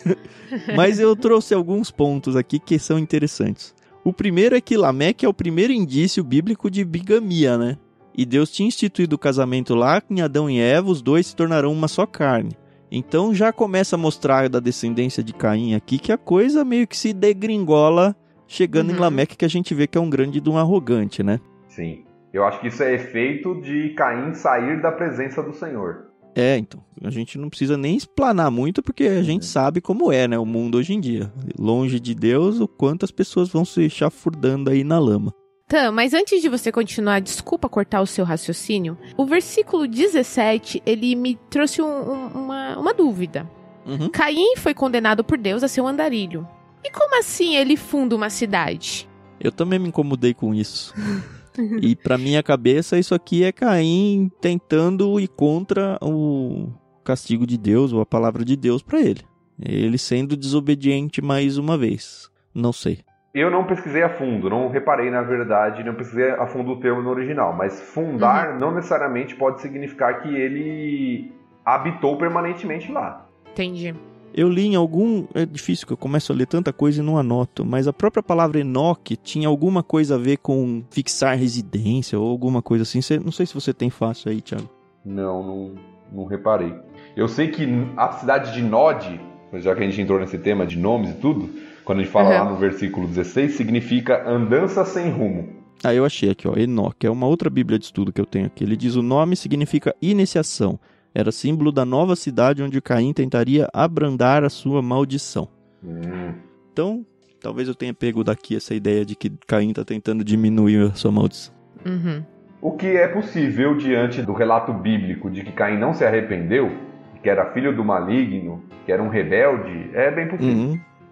Mas eu trouxe alguns pontos aqui que são interessantes. O primeiro é que Lameque é o primeiro indício bíblico de bigamia, né? E Deus tinha instituído o casamento lá, em Adão e Eva, os dois se tornarão uma só carne. Então já começa a mostrar da descendência de Caim aqui que a coisa meio que se degringola chegando em Lameque, que a gente vê que é um grande de um arrogante, né? Sim. Eu acho que isso é efeito de Caim sair da presença do Senhor. Então, a gente não precisa nem explanar muito, porque a gente sabe como é, né, o mundo hoje em dia. Longe de Deus, o quanto as pessoas vão se chafurdando aí na lama. Tá, mas antes de você continuar, desculpa cortar o seu raciocínio, o versículo 17, ele me trouxe uma dúvida. Caim foi condenado por Deus a ser um andarilho. E como assim ele funda uma cidade? Eu também me incomodei com isso. E pra minha cabeça, isso aqui é Caim tentando ir contra o castigo de Deus, ou a palavra de Deus pra ele. Ele sendo desobediente mais uma vez. Não sei. Eu não pesquisei a fundo, não reparei na verdade, não pesquisei a fundo o termo no original. Mas fundar não necessariamente pode significar que ele habitou permanentemente lá. Entendi. Eu li em algum... É difícil que eu começo a ler tanta coisa e não anoto, mas a própria palavra Enoque tinha alguma coisa a ver com fixar residência ou alguma coisa assim. Não sei se você tem fácil aí, Thiago. Não reparei. Eu sei que a cidade de Nod, já que a gente entrou nesse tema de nomes e tudo, quando a gente fala lá no versículo 16, significa andança sem rumo. Eu achei aqui, ó, Enoque. É uma outra bíblia de estudo que eu tenho aqui. Ele diz o nome significa iniciação. Era símbolo da nova cidade onde Caim tentaria abrandar a sua maldição. Então, talvez eu tenha pego daqui essa ideia de que Caim está tentando diminuir a sua maldição. O que é possível diante do relato bíblico de que Caim não se arrependeu, que era filho do maligno, que era um rebelde, é bem possível.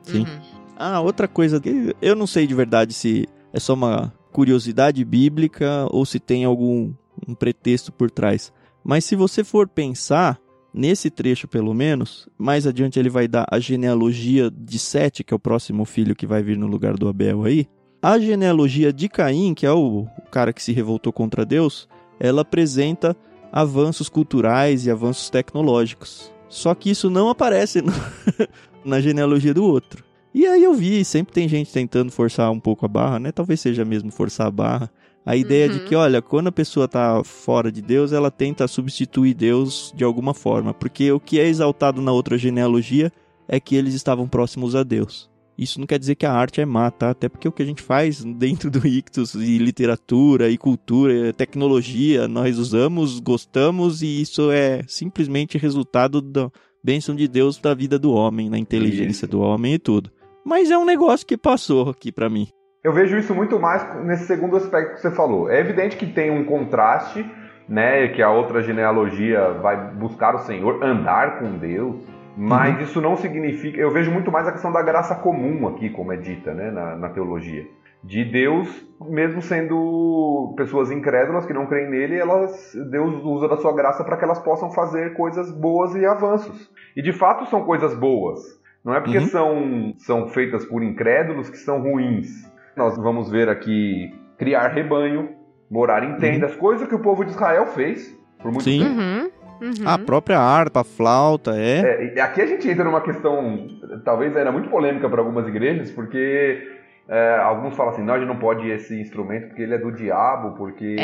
Sim. Outra coisa que eu não sei de verdade se é só uma curiosidade bíblica ou se tem algum pretexto por trás. Mas se você for pensar, nesse trecho pelo menos, mais adiante ele vai dar a genealogia de Sete, que é o próximo filho que vai vir no lugar do Abel aí. A genealogia de Caim, que é o cara que se revoltou contra Deus, ela apresenta avanços culturais e avanços tecnológicos. Só que isso não aparece na genealogia do outro. E aí eu vi, sempre tem gente tentando forçar um pouco a barra, né? Talvez seja mesmo forçar a barra. A ideia de que, olha, quando a pessoa tá fora de Deus, ela tenta substituir Deus de alguma forma. Porque o que é exaltado na outra genealogia é que eles estavam próximos a Deus. Isso não quer dizer que a arte é má, tá? Até porque o que a gente faz dentro do Ictus, e literatura, e cultura, tecnologia, nós usamos, gostamos, e isso é simplesmente resultado da bênção de Deus da vida do homem, na inteligência do homem e tudo. Mas é um negócio que passou aqui pra mim. Eu vejo isso muito mais nesse segundo aspecto que você falou. É evidente que tem um contraste, né? Que a outra genealogia vai buscar o Senhor, andar com Deus. Mas isso não significa... Eu vejo muito mais a questão da graça comum aqui, como é dita, né, na teologia. De Deus, mesmo sendo pessoas incrédulas que não creem nele, Deus usa da sua graça para que elas possam fazer coisas boas e avanços. E de fato são coisas boas. Não é porque são feitas por incrédulos que são ruins. Nós vamos ver aqui criar rebanho, morar em tendas, coisa que o povo de Israel fez por muito tempo. A própria harpa, a flauta, aqui a gente entra numa questão, talvez era muito polêmica para algumas igrejas, porque alguns falam assim, não, a gente não pode esse instrumento porque ele é do diabo, porque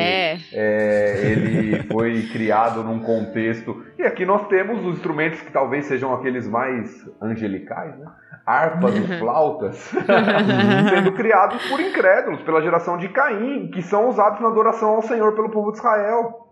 ele foi criado num contexto... E aqui nós temos os instrumentos que talvez sejam aqueles mais angelicais, né? Harpas e flautas, sendo criados por incrédulos, pela geração de Caim, que são usados na adoração ao Senhor pelo povo de Israel.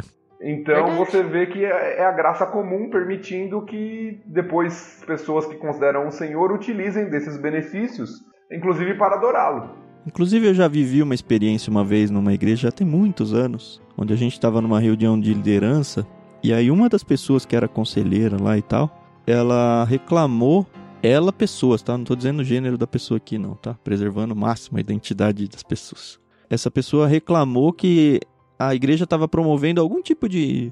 Então você vê que é a graça comum permitindo que depois pessoas que consideram o Senhor utilizem desses benefícios, inclusive para adorá-lo. Inclusive eu já vivi uma experiência uma vez numa igreja, já tem muitos anos, onde a gente estava numa reunião de liderança, e aí uma das pessoas que era conselheira lá e tal, ela reclamou, pessoas, tá? Não tô dizendo o gênero da pessoa aqui não, tá? Preservando o máximo a identidade das pessoas. Essa pessoa reclamou que a igreja estava promovendo algum tipo de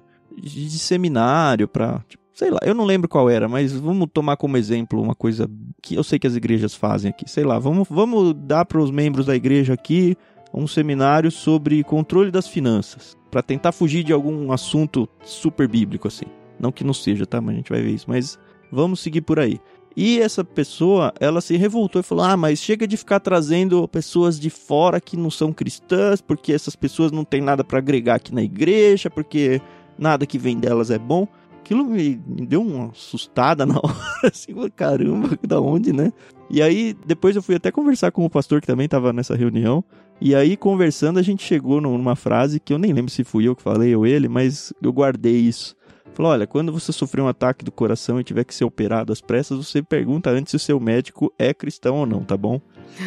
seminário para, sei lá, eu não lembro qual era, mas vamos tomar como exemplo uma coisa que eu sei que as igrejas fazem aqui. Sei lá, vamos dar para os membros da igreja aqui um seminário sobre controle das finanças, para tentar fugir de algum assunto super bíblico, assim. Não que não seja, tá? Mas a gente vai ver isso. Mas vamos seguir por aí. E essa pessoa, ela se revoltou e falou, mas chega de ficar trazendo pessoas de fora que não são cristãs, porque essas pessoas não têm nada para agregar aqui na igreja, porque nada que vem delas é bom. Aquilo me deu uma assustada na hora, assim, caramba, da onde, né? E aí, depois eu fui até conversar com o pastor que também estava nessa reunião, e aí, conversando, a gente chegou numa frase que eu nem lembro se fui eu que falei ou ele, mas eu guardei isso. Falou, olha, quando você sofrer um ataque do coração e tiver que ser operado às pressas, você pergunta antes se o seu médico é cristão ou não, tá bom?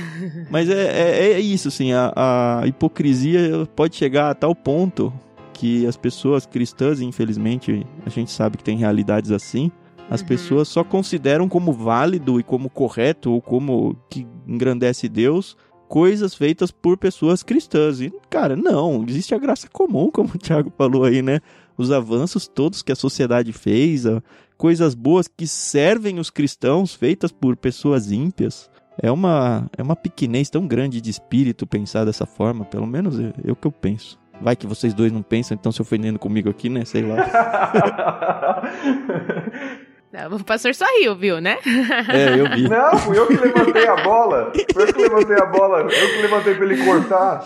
Mas é isso, assim, a hipocrisia pode chegar a tal ponto que as pessoas cristãs, infelizmente, a gente sabe que tem realidades assim, as pessoas só consideram como válido e como correto ou como que engrandece Deus coisas feitas por pessoas cristãs. E, cara, não, existe a graça comum, como o Thiago falou aí, né? Os avanços todos que a sociedade fez, coisas boas que servem os cristãos, feitas por pessoas ímpias. É uma pequenez tão grande de espírito pensar dessa forma, pelo menos é o que eu penso. Vai que vocês dois não pensam, então se ofendendo comigo aqui, né? Sei lá. Não, o pastor só riu, viu, né? Eu vi. Não, fui eu que levantei a bola. Foi eu que levantei a bola. Eu que levantei pra ele cortar.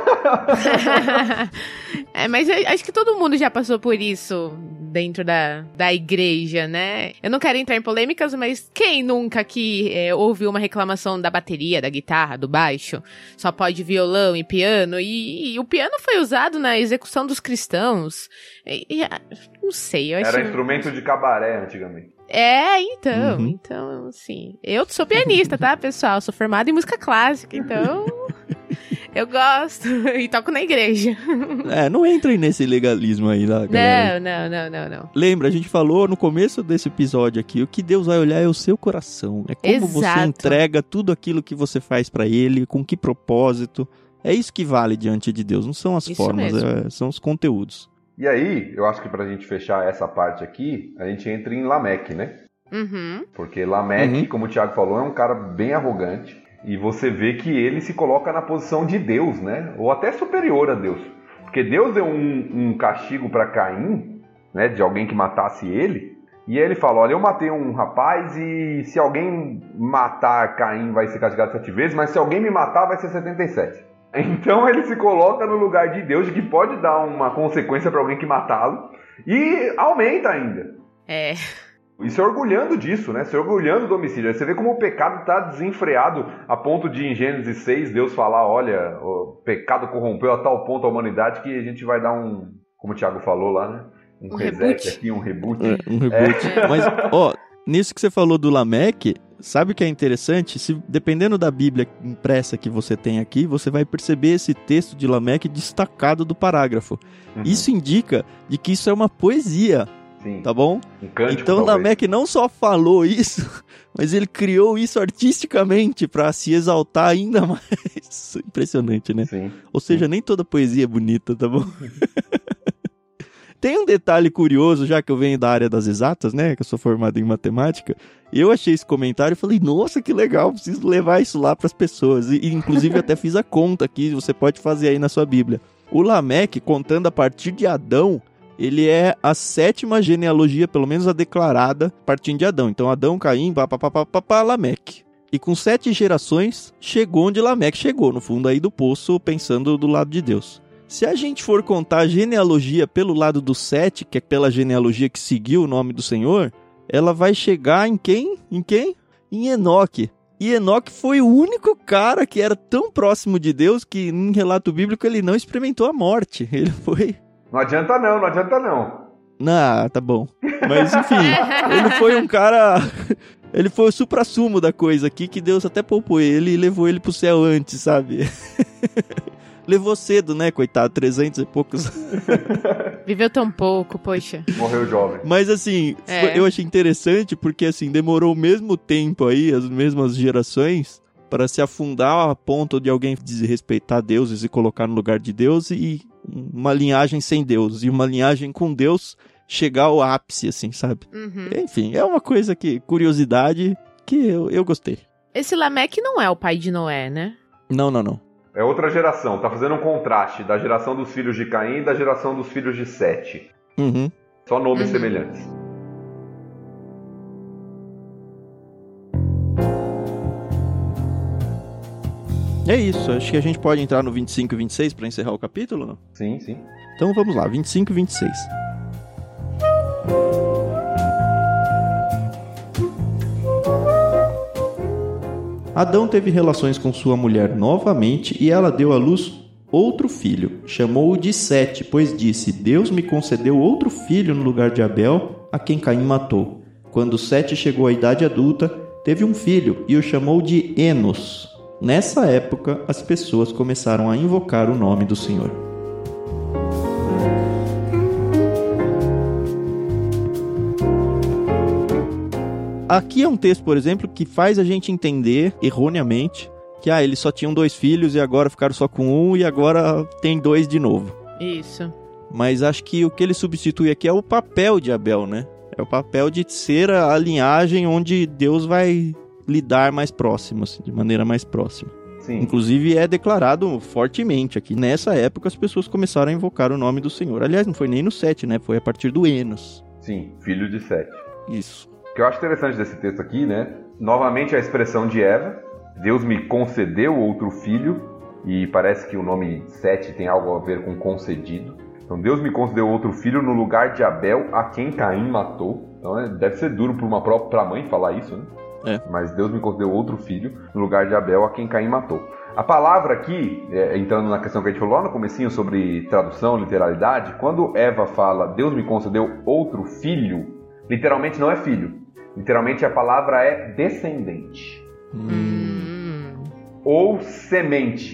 Mas eu acho que todo mundo já passou por isso dentro da igreja, né? Eu não quero entrar em polêmicas, mas quem nunca aqui ouviu uma reclamação da bateria, da guitarra, do baixo? Só pode violão e piano. E o piano foi usado na execução dos cristãos. Não sei, eu acho... Era instrumento de cabaré antigamente. Então, assim... Eu sou pianista, tá, pessoal? Sou formada em música clássica, então... Eu gosto. E toco na igreja. Não entrem nesse legalismo aí, da galera. Não. Lembra, a gente falou no começo desse episódio aqui, o que Deus vai olhar é o seu coração. É como você entrega tudo aquilo que você faz pra Ele, com que propósito. É isso que vale diante de Deus, não são as formas, são os conteúdos. E aí, eu acho que pra gente fechar essa parte aqui, a gente entra em Lameque, né? Uhum. Porque Lameque, como o Thiago falou, é um cara bem arrogante. E você vê que ele se coloca na posição de Deus, né? Ou até superior a Deus. Porque Deus deu um castigo para Caim, né? De alguém que matasse ele. E aí ele fala, olha, eu matei um rapaz e se alguém matar Caim vai ser castigado 7 vezes, mas se alguém me matar vai ser 77. Então ele se coloca no lugar de Deus, de que pode dar uma consequência para alguém que matá-lo. E aumenta ainda. E se orgulhando disso, né? Se orgulhando do homicídio. Aí você vê como o pecado está desenfreado a ponto de, em Gênesis 6, Deus falar, olha, o pecado corrompeu a tal ponto a humanidade que a gente vai dar como o Thiago falou lá, né? Um reset reboot. Aqui, um reboot. Um reboot. Mas, nisso que você falou do Lameque, sabe o que é interessante? Dependendo da Bíblia impressa que você tem aqui, você vai perceber esse texto de Lameque destacado do parágrafo. Uhum. Isso indica de que isso é uma poesia. Sim. Tá bom? Um cântico, então Lameque não só falou isso, mas ele criou isso artisticamente para se exaltar ainda mais. Impressionante, né? Sim. Ou seja, nem toda poesia é bonita, tá bom? Tem um detalhe curioso, já que eu venho da área das exatas, né? Que eu sou formado em matemática. Eu achei esse comentário e falei, nossa, que legal, preciso levar isso lá para as pessoas. E inclusive até fiz a conta aqui, você pode fazer aí na sua Bíblia. O Lameque, contando a partir de Adão, ele é a 7ª genealogia, pelo menos a declarada, partindo de Adão. Então, Adão, Caim, Lameque. E com 7 gerações, chegou onde Lameque chegou, no fundo aí do poço, pensando do lado de Deus. Se a gente for contar a genealogia pelo lado do 7, que é pela genealogia que seguiu o nome do Senhor, ela vai chegar em quem? Em quem? Em Enoque. E Enoque foi o único cara que era tão próximo de Deus que, em relato bíblico, ele não experimentou a morte. Ele foi... Não adianta não. Ah, tá bom. Mas, enfim, ele foi um cara... Ele foi o suprassumo da coisa aqui, que Deus até poupou ele e levou ele pro céu antes, sabe? Levou cedo, né, coitado, 300 e poucos. Viveu tão pouco, poxa. Morreu jovem. Mas, assim, eu achei interessante porque, assim, demorou o mesmo tempo aí, as mesmas gerações, para se afundar a ponto de alguém desrespeitar Deus e se colocar no lugar de Deus, e uma linhagem sem Deus, e uma linhagem com Deus chegar ao ápice, assim, sabe? Uhum. Enfim, é uma coisa que, curiosidade, que eu gostei. Esse Lameque não é o pai de Noé, né? Não. É outra geração, tá fazendo um contraste da geração dos filhos de Caim e da geração dos filhos de Sete. Uhum. Só nomes semelhantes. É isso, acho que a gente pode entrar no 25 e 26 para encerrar o capítulo, não? Sim. Então vamos lá, 25 e 26. Adão teve relações com sua mulher novamente e ela deu à luz outro filho. Chamou-o de Sete, pois disse, Deus me concedeu outro filho no lugar de Abel, a quem Caim matou. Quando Sete chegou à idade adulta, teve um filho e o chamou de Enos. Nessa época, as pessoas começaram a invocar o nome do Senhor. Aqui é um texto, por exemplo, que faz a gente entender, erroneamente, que eles só tinham 2 filhos e agora ficaram só com 1 e agora tem 2 de novo. Isso. Mas acho que o que ele substitui aqui é o papel de Abel, né? É o papel de ser a linhagem onde Deus vai lidar mais próximo, assim, de maneira mais próxima. Sim. Inclusive é declarado fortemente aqui. Nessa época as pessoas começaram a invocar o nome do Senhor. Aliás, não foi nem no 7, né? Foi a partir do Enos. Sim, filho de Sete. Isso. O que eu acho interessante desse texto aqui, né? Novamente a expressão de Eva. Deus me concedeu outro filho. E parece que o nome Sete tem algo a ver com concedido. Então Deus me concedeu outro filho no lugar de Abel, a quem Caim matou. Então deve ser duro para uma própria mãe falar isso, né? Mas Deus me concedeu outro filho no lugar de Abel, a quem Caim matou. A palavra aqui, entrando na questão que a gente falou lá no comecinho sobre tradução, literalidade, quando Eva fala Deus me concedeu outro filho, literalmente não é filho. Literalmente a palavra é descendente. Ou semente,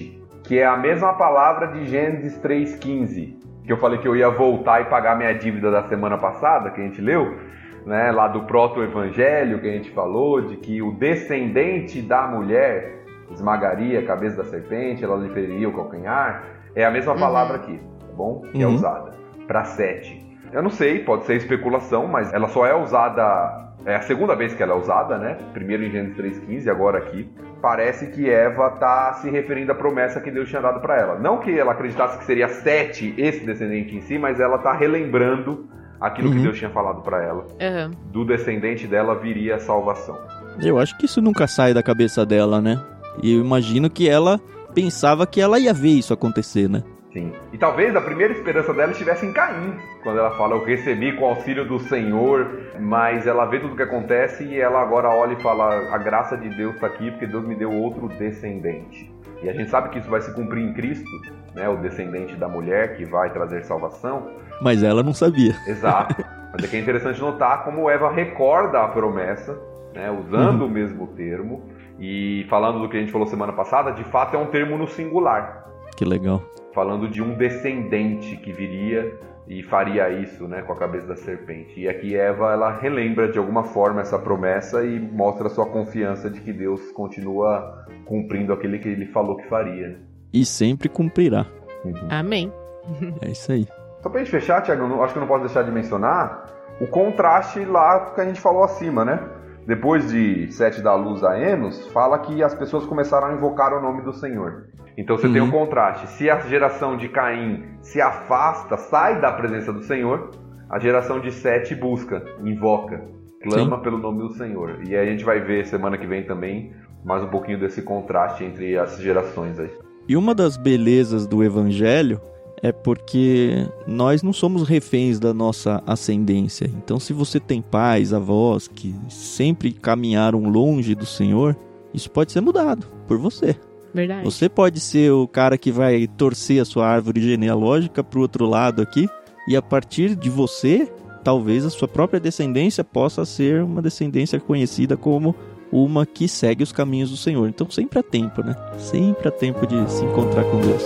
que é a mesma palavra de Gênesis 3,15, que eu falei que eu ia voltar e pagar minha dívida da semana passada, que a gente leu, né, lá do proto-evangelho que a gente falou, de que o descendente da mulher esmagaria a cabeça da serpente, ela lhe feriria o calcanhar. É a mesma palavra aqui, tá bom? Que é usada para Sete. Eu não sei, pode ser especulação, mas ela só é usada... É a segunda vez que ela é usada, né? Primeiro em Gênesis 3,15, agora aqui. Parece que Eva está se referindo à promessa que Deus tinha dado para ela. Não que ela acreditasse que seria Sete, esse descendente em si, mas ela está relembrando aquilo que Deus tinha falado para ela. Do descendente dela viria a salvação. Eu acho que isso nunca sai da cabeça dela, né? E eu imagino que ela pensava que ela ia ver isso acontecer, né? Sim. E talvez a primeira esperança dela estivesse em Caim, quando ela fala, eu recebi com o auxílio do Senhor, mas ela vê tudo o que acontece e ela agora olha e fala, a graça de Deus está aqui porque Deus me deu outro descendente. E a gente sabe que isso vai se cumprir em Cristo, né? O descendente da mulher que vai trazer salvação. Mas ela não sabia. Exato. Mas é que é interessante notar como Eva recorda a promessa, né? Usando o mesmo termo. E falando do que a gente falou semana passada, de fato é um termo no singular. Que legal. Falando de um descendente que viria e faria isso, né, com a cabeça da serpente. E aqui Eva, ela relembra de alguma forma essa promessa e mostra a sua confiança de que Deus continua cumprindo aquilo que ele falou que faria. Né? E sempre cumprirá. Amém. É isso aí. Só pra gente fechar, Thiago, acho que eu não posso deixar de mencionar o contraste lá que a gente falou acima, né? Depois de Sete dar luz a Enos, fala que as pessoas começaram a invocar o nome do Senhor. Então você tem um contraste. Se a geração de Caim se afasta, sai da presença do Senhor, a geração de Sete busca, invoca, clama pelo nome do Senhor. E aí a gente vai ver semana que vem também mais um pouquinho desse contraste entre as gerações aí. E uma das belezas do Evangelho é porque nós não somos reféns da nossa ascendência. Então, se você tem pais, avós que sempre caminharam longe do Senhor, isso pode ser mudado por você. Verdade. Você pode ser o cara que vai torcer a sua árvore genealógica para o outro lado aqui, e a partir de você, talvez a sua própria descendência possa ser uma descendência conhecida como uma que segue os caminhos do Senhor. Então sempre há tempo, né? Sempre há tempo de se encontrar com Deus.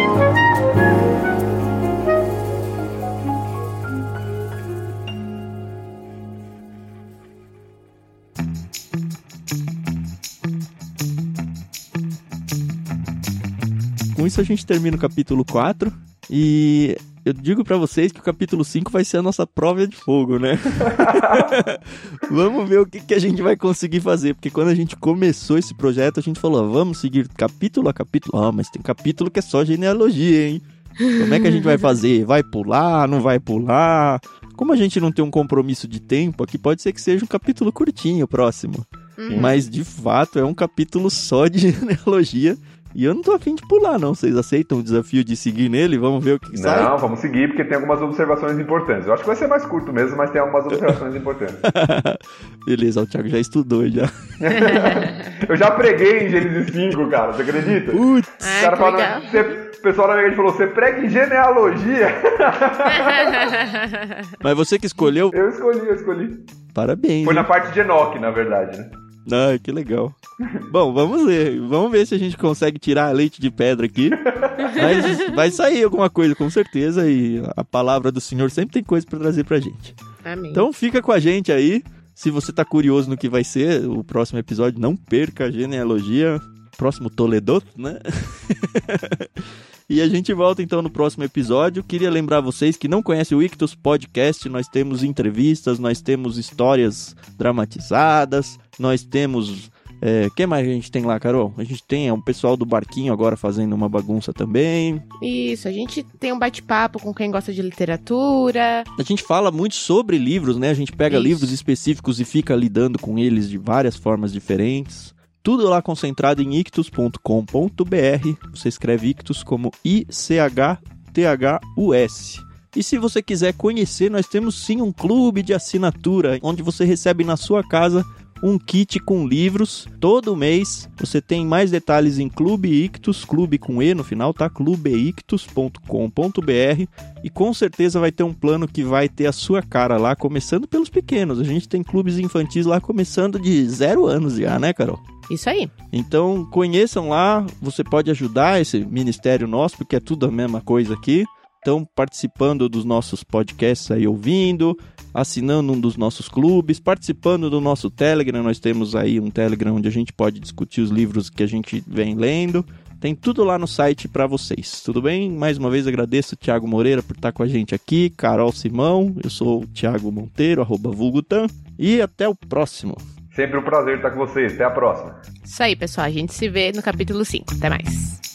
Com isso a gente termina o capítulo 4 e eu digo pra vocês que o capítulo 5 vai ser a nossa prova de fogo, né? Vamos ver o que a gente vai conseguir fazer, porque quando a gente começou esse projeto a gente falou, vamos seguir capítulo a capítulo, mas tem capítulo que é só genealogia, hein? Como é que a gente vai fazer? Vai pular, não vai pular? Como a gente não tem um compromisso de tempo, aqui pode ser que seja um capítulo curtinho próximo. Mas de fato é um capítulo só de genealogia. E eu não tô afim de pular, não. Vocês aceitam o desafio de seguir nele? Vamos ver o que sai? Não, vamos seguir, porque tem algumas observações importantes. Eu acho que vai ser mais curto mesmo, mas tem algumas observações importantes. Beleza, o Thiago já estudou, já. Eu já preguei em Gênesis 5, cara. Você acredita? Putz! O cara falou, o pessoal da minha falou, você prega em genealogia? Mas você que escolheu? Eu escolhi. Parabéns. Foi na parte de Enoque, na verdade, né? Ah, que legal. Bom, vamos ver se a gente consegue tirar leite de pedra aqui. Mas vai sair alguma coisa, com certeza. E a palavra do Senhor sempre tem coisa pra trazer pra gente. Amém. Então fica com a gente aí. Se você tá curioso no que vai ser o próximo episódio, não perca a genealogia. Próximo Toledo, né? E a gente volta então no próximo episódio. Queria lembrar vocês que não conhecem o Ictus Podcast, nós temos entrevistas, nós temos histórias dramatizadas, nós temos... que mais a gente tem lá, Carol? A gente tem o pessoal do Barquinho agora fazendo uma bagunça também. Isso, a gente tem um bate-papo com quem gosta de literatura. A gente fala muito sobre livros, né? A gente pega livros específicos e fica lidando com eles de várias formas diferentes. Tudo lá concentrado em ictus.com.br. Você escreve Ictus como ICHTHUS. E se você quiser conhecer, nós temos sim um clube de assinatura, onde você recebe na sua casa um kit com livros. Todo mês você tem mais detalhes em Clube Ictus, clube com E no final, tá? clubeictus.com.br. E com certeza vai ter um plano que vai ter a sua cara lá, começando pelos pequenos. A gente tem clubes infantis lá começando de 0 anos já, né, Carol? Isso aí. Então, conheçam lá, você pode ajudar esse ministério nosso, porque é tudo a mesma coisa aqui. Então, participando dos nossos podcasts aí, ouvindo, assinando um dos nossos clubes, participando do nosso Telegram. Nós temos aí um Telegram onde a gente pode discutir os livros que a gente vem lendo. Tem tudo lá no site para vocês, tudo bem? Mais uma vez agradeço o Thiago Moreira por estar com a gente aqui, Carol Simão, eu sou o Thiago Monteiro, @vulgutan, e até o próximo. Sempre um prazer estar com vocês, até a próxima. Isso aí, pessoal, a gente se vê no capítulo 5. Até mais.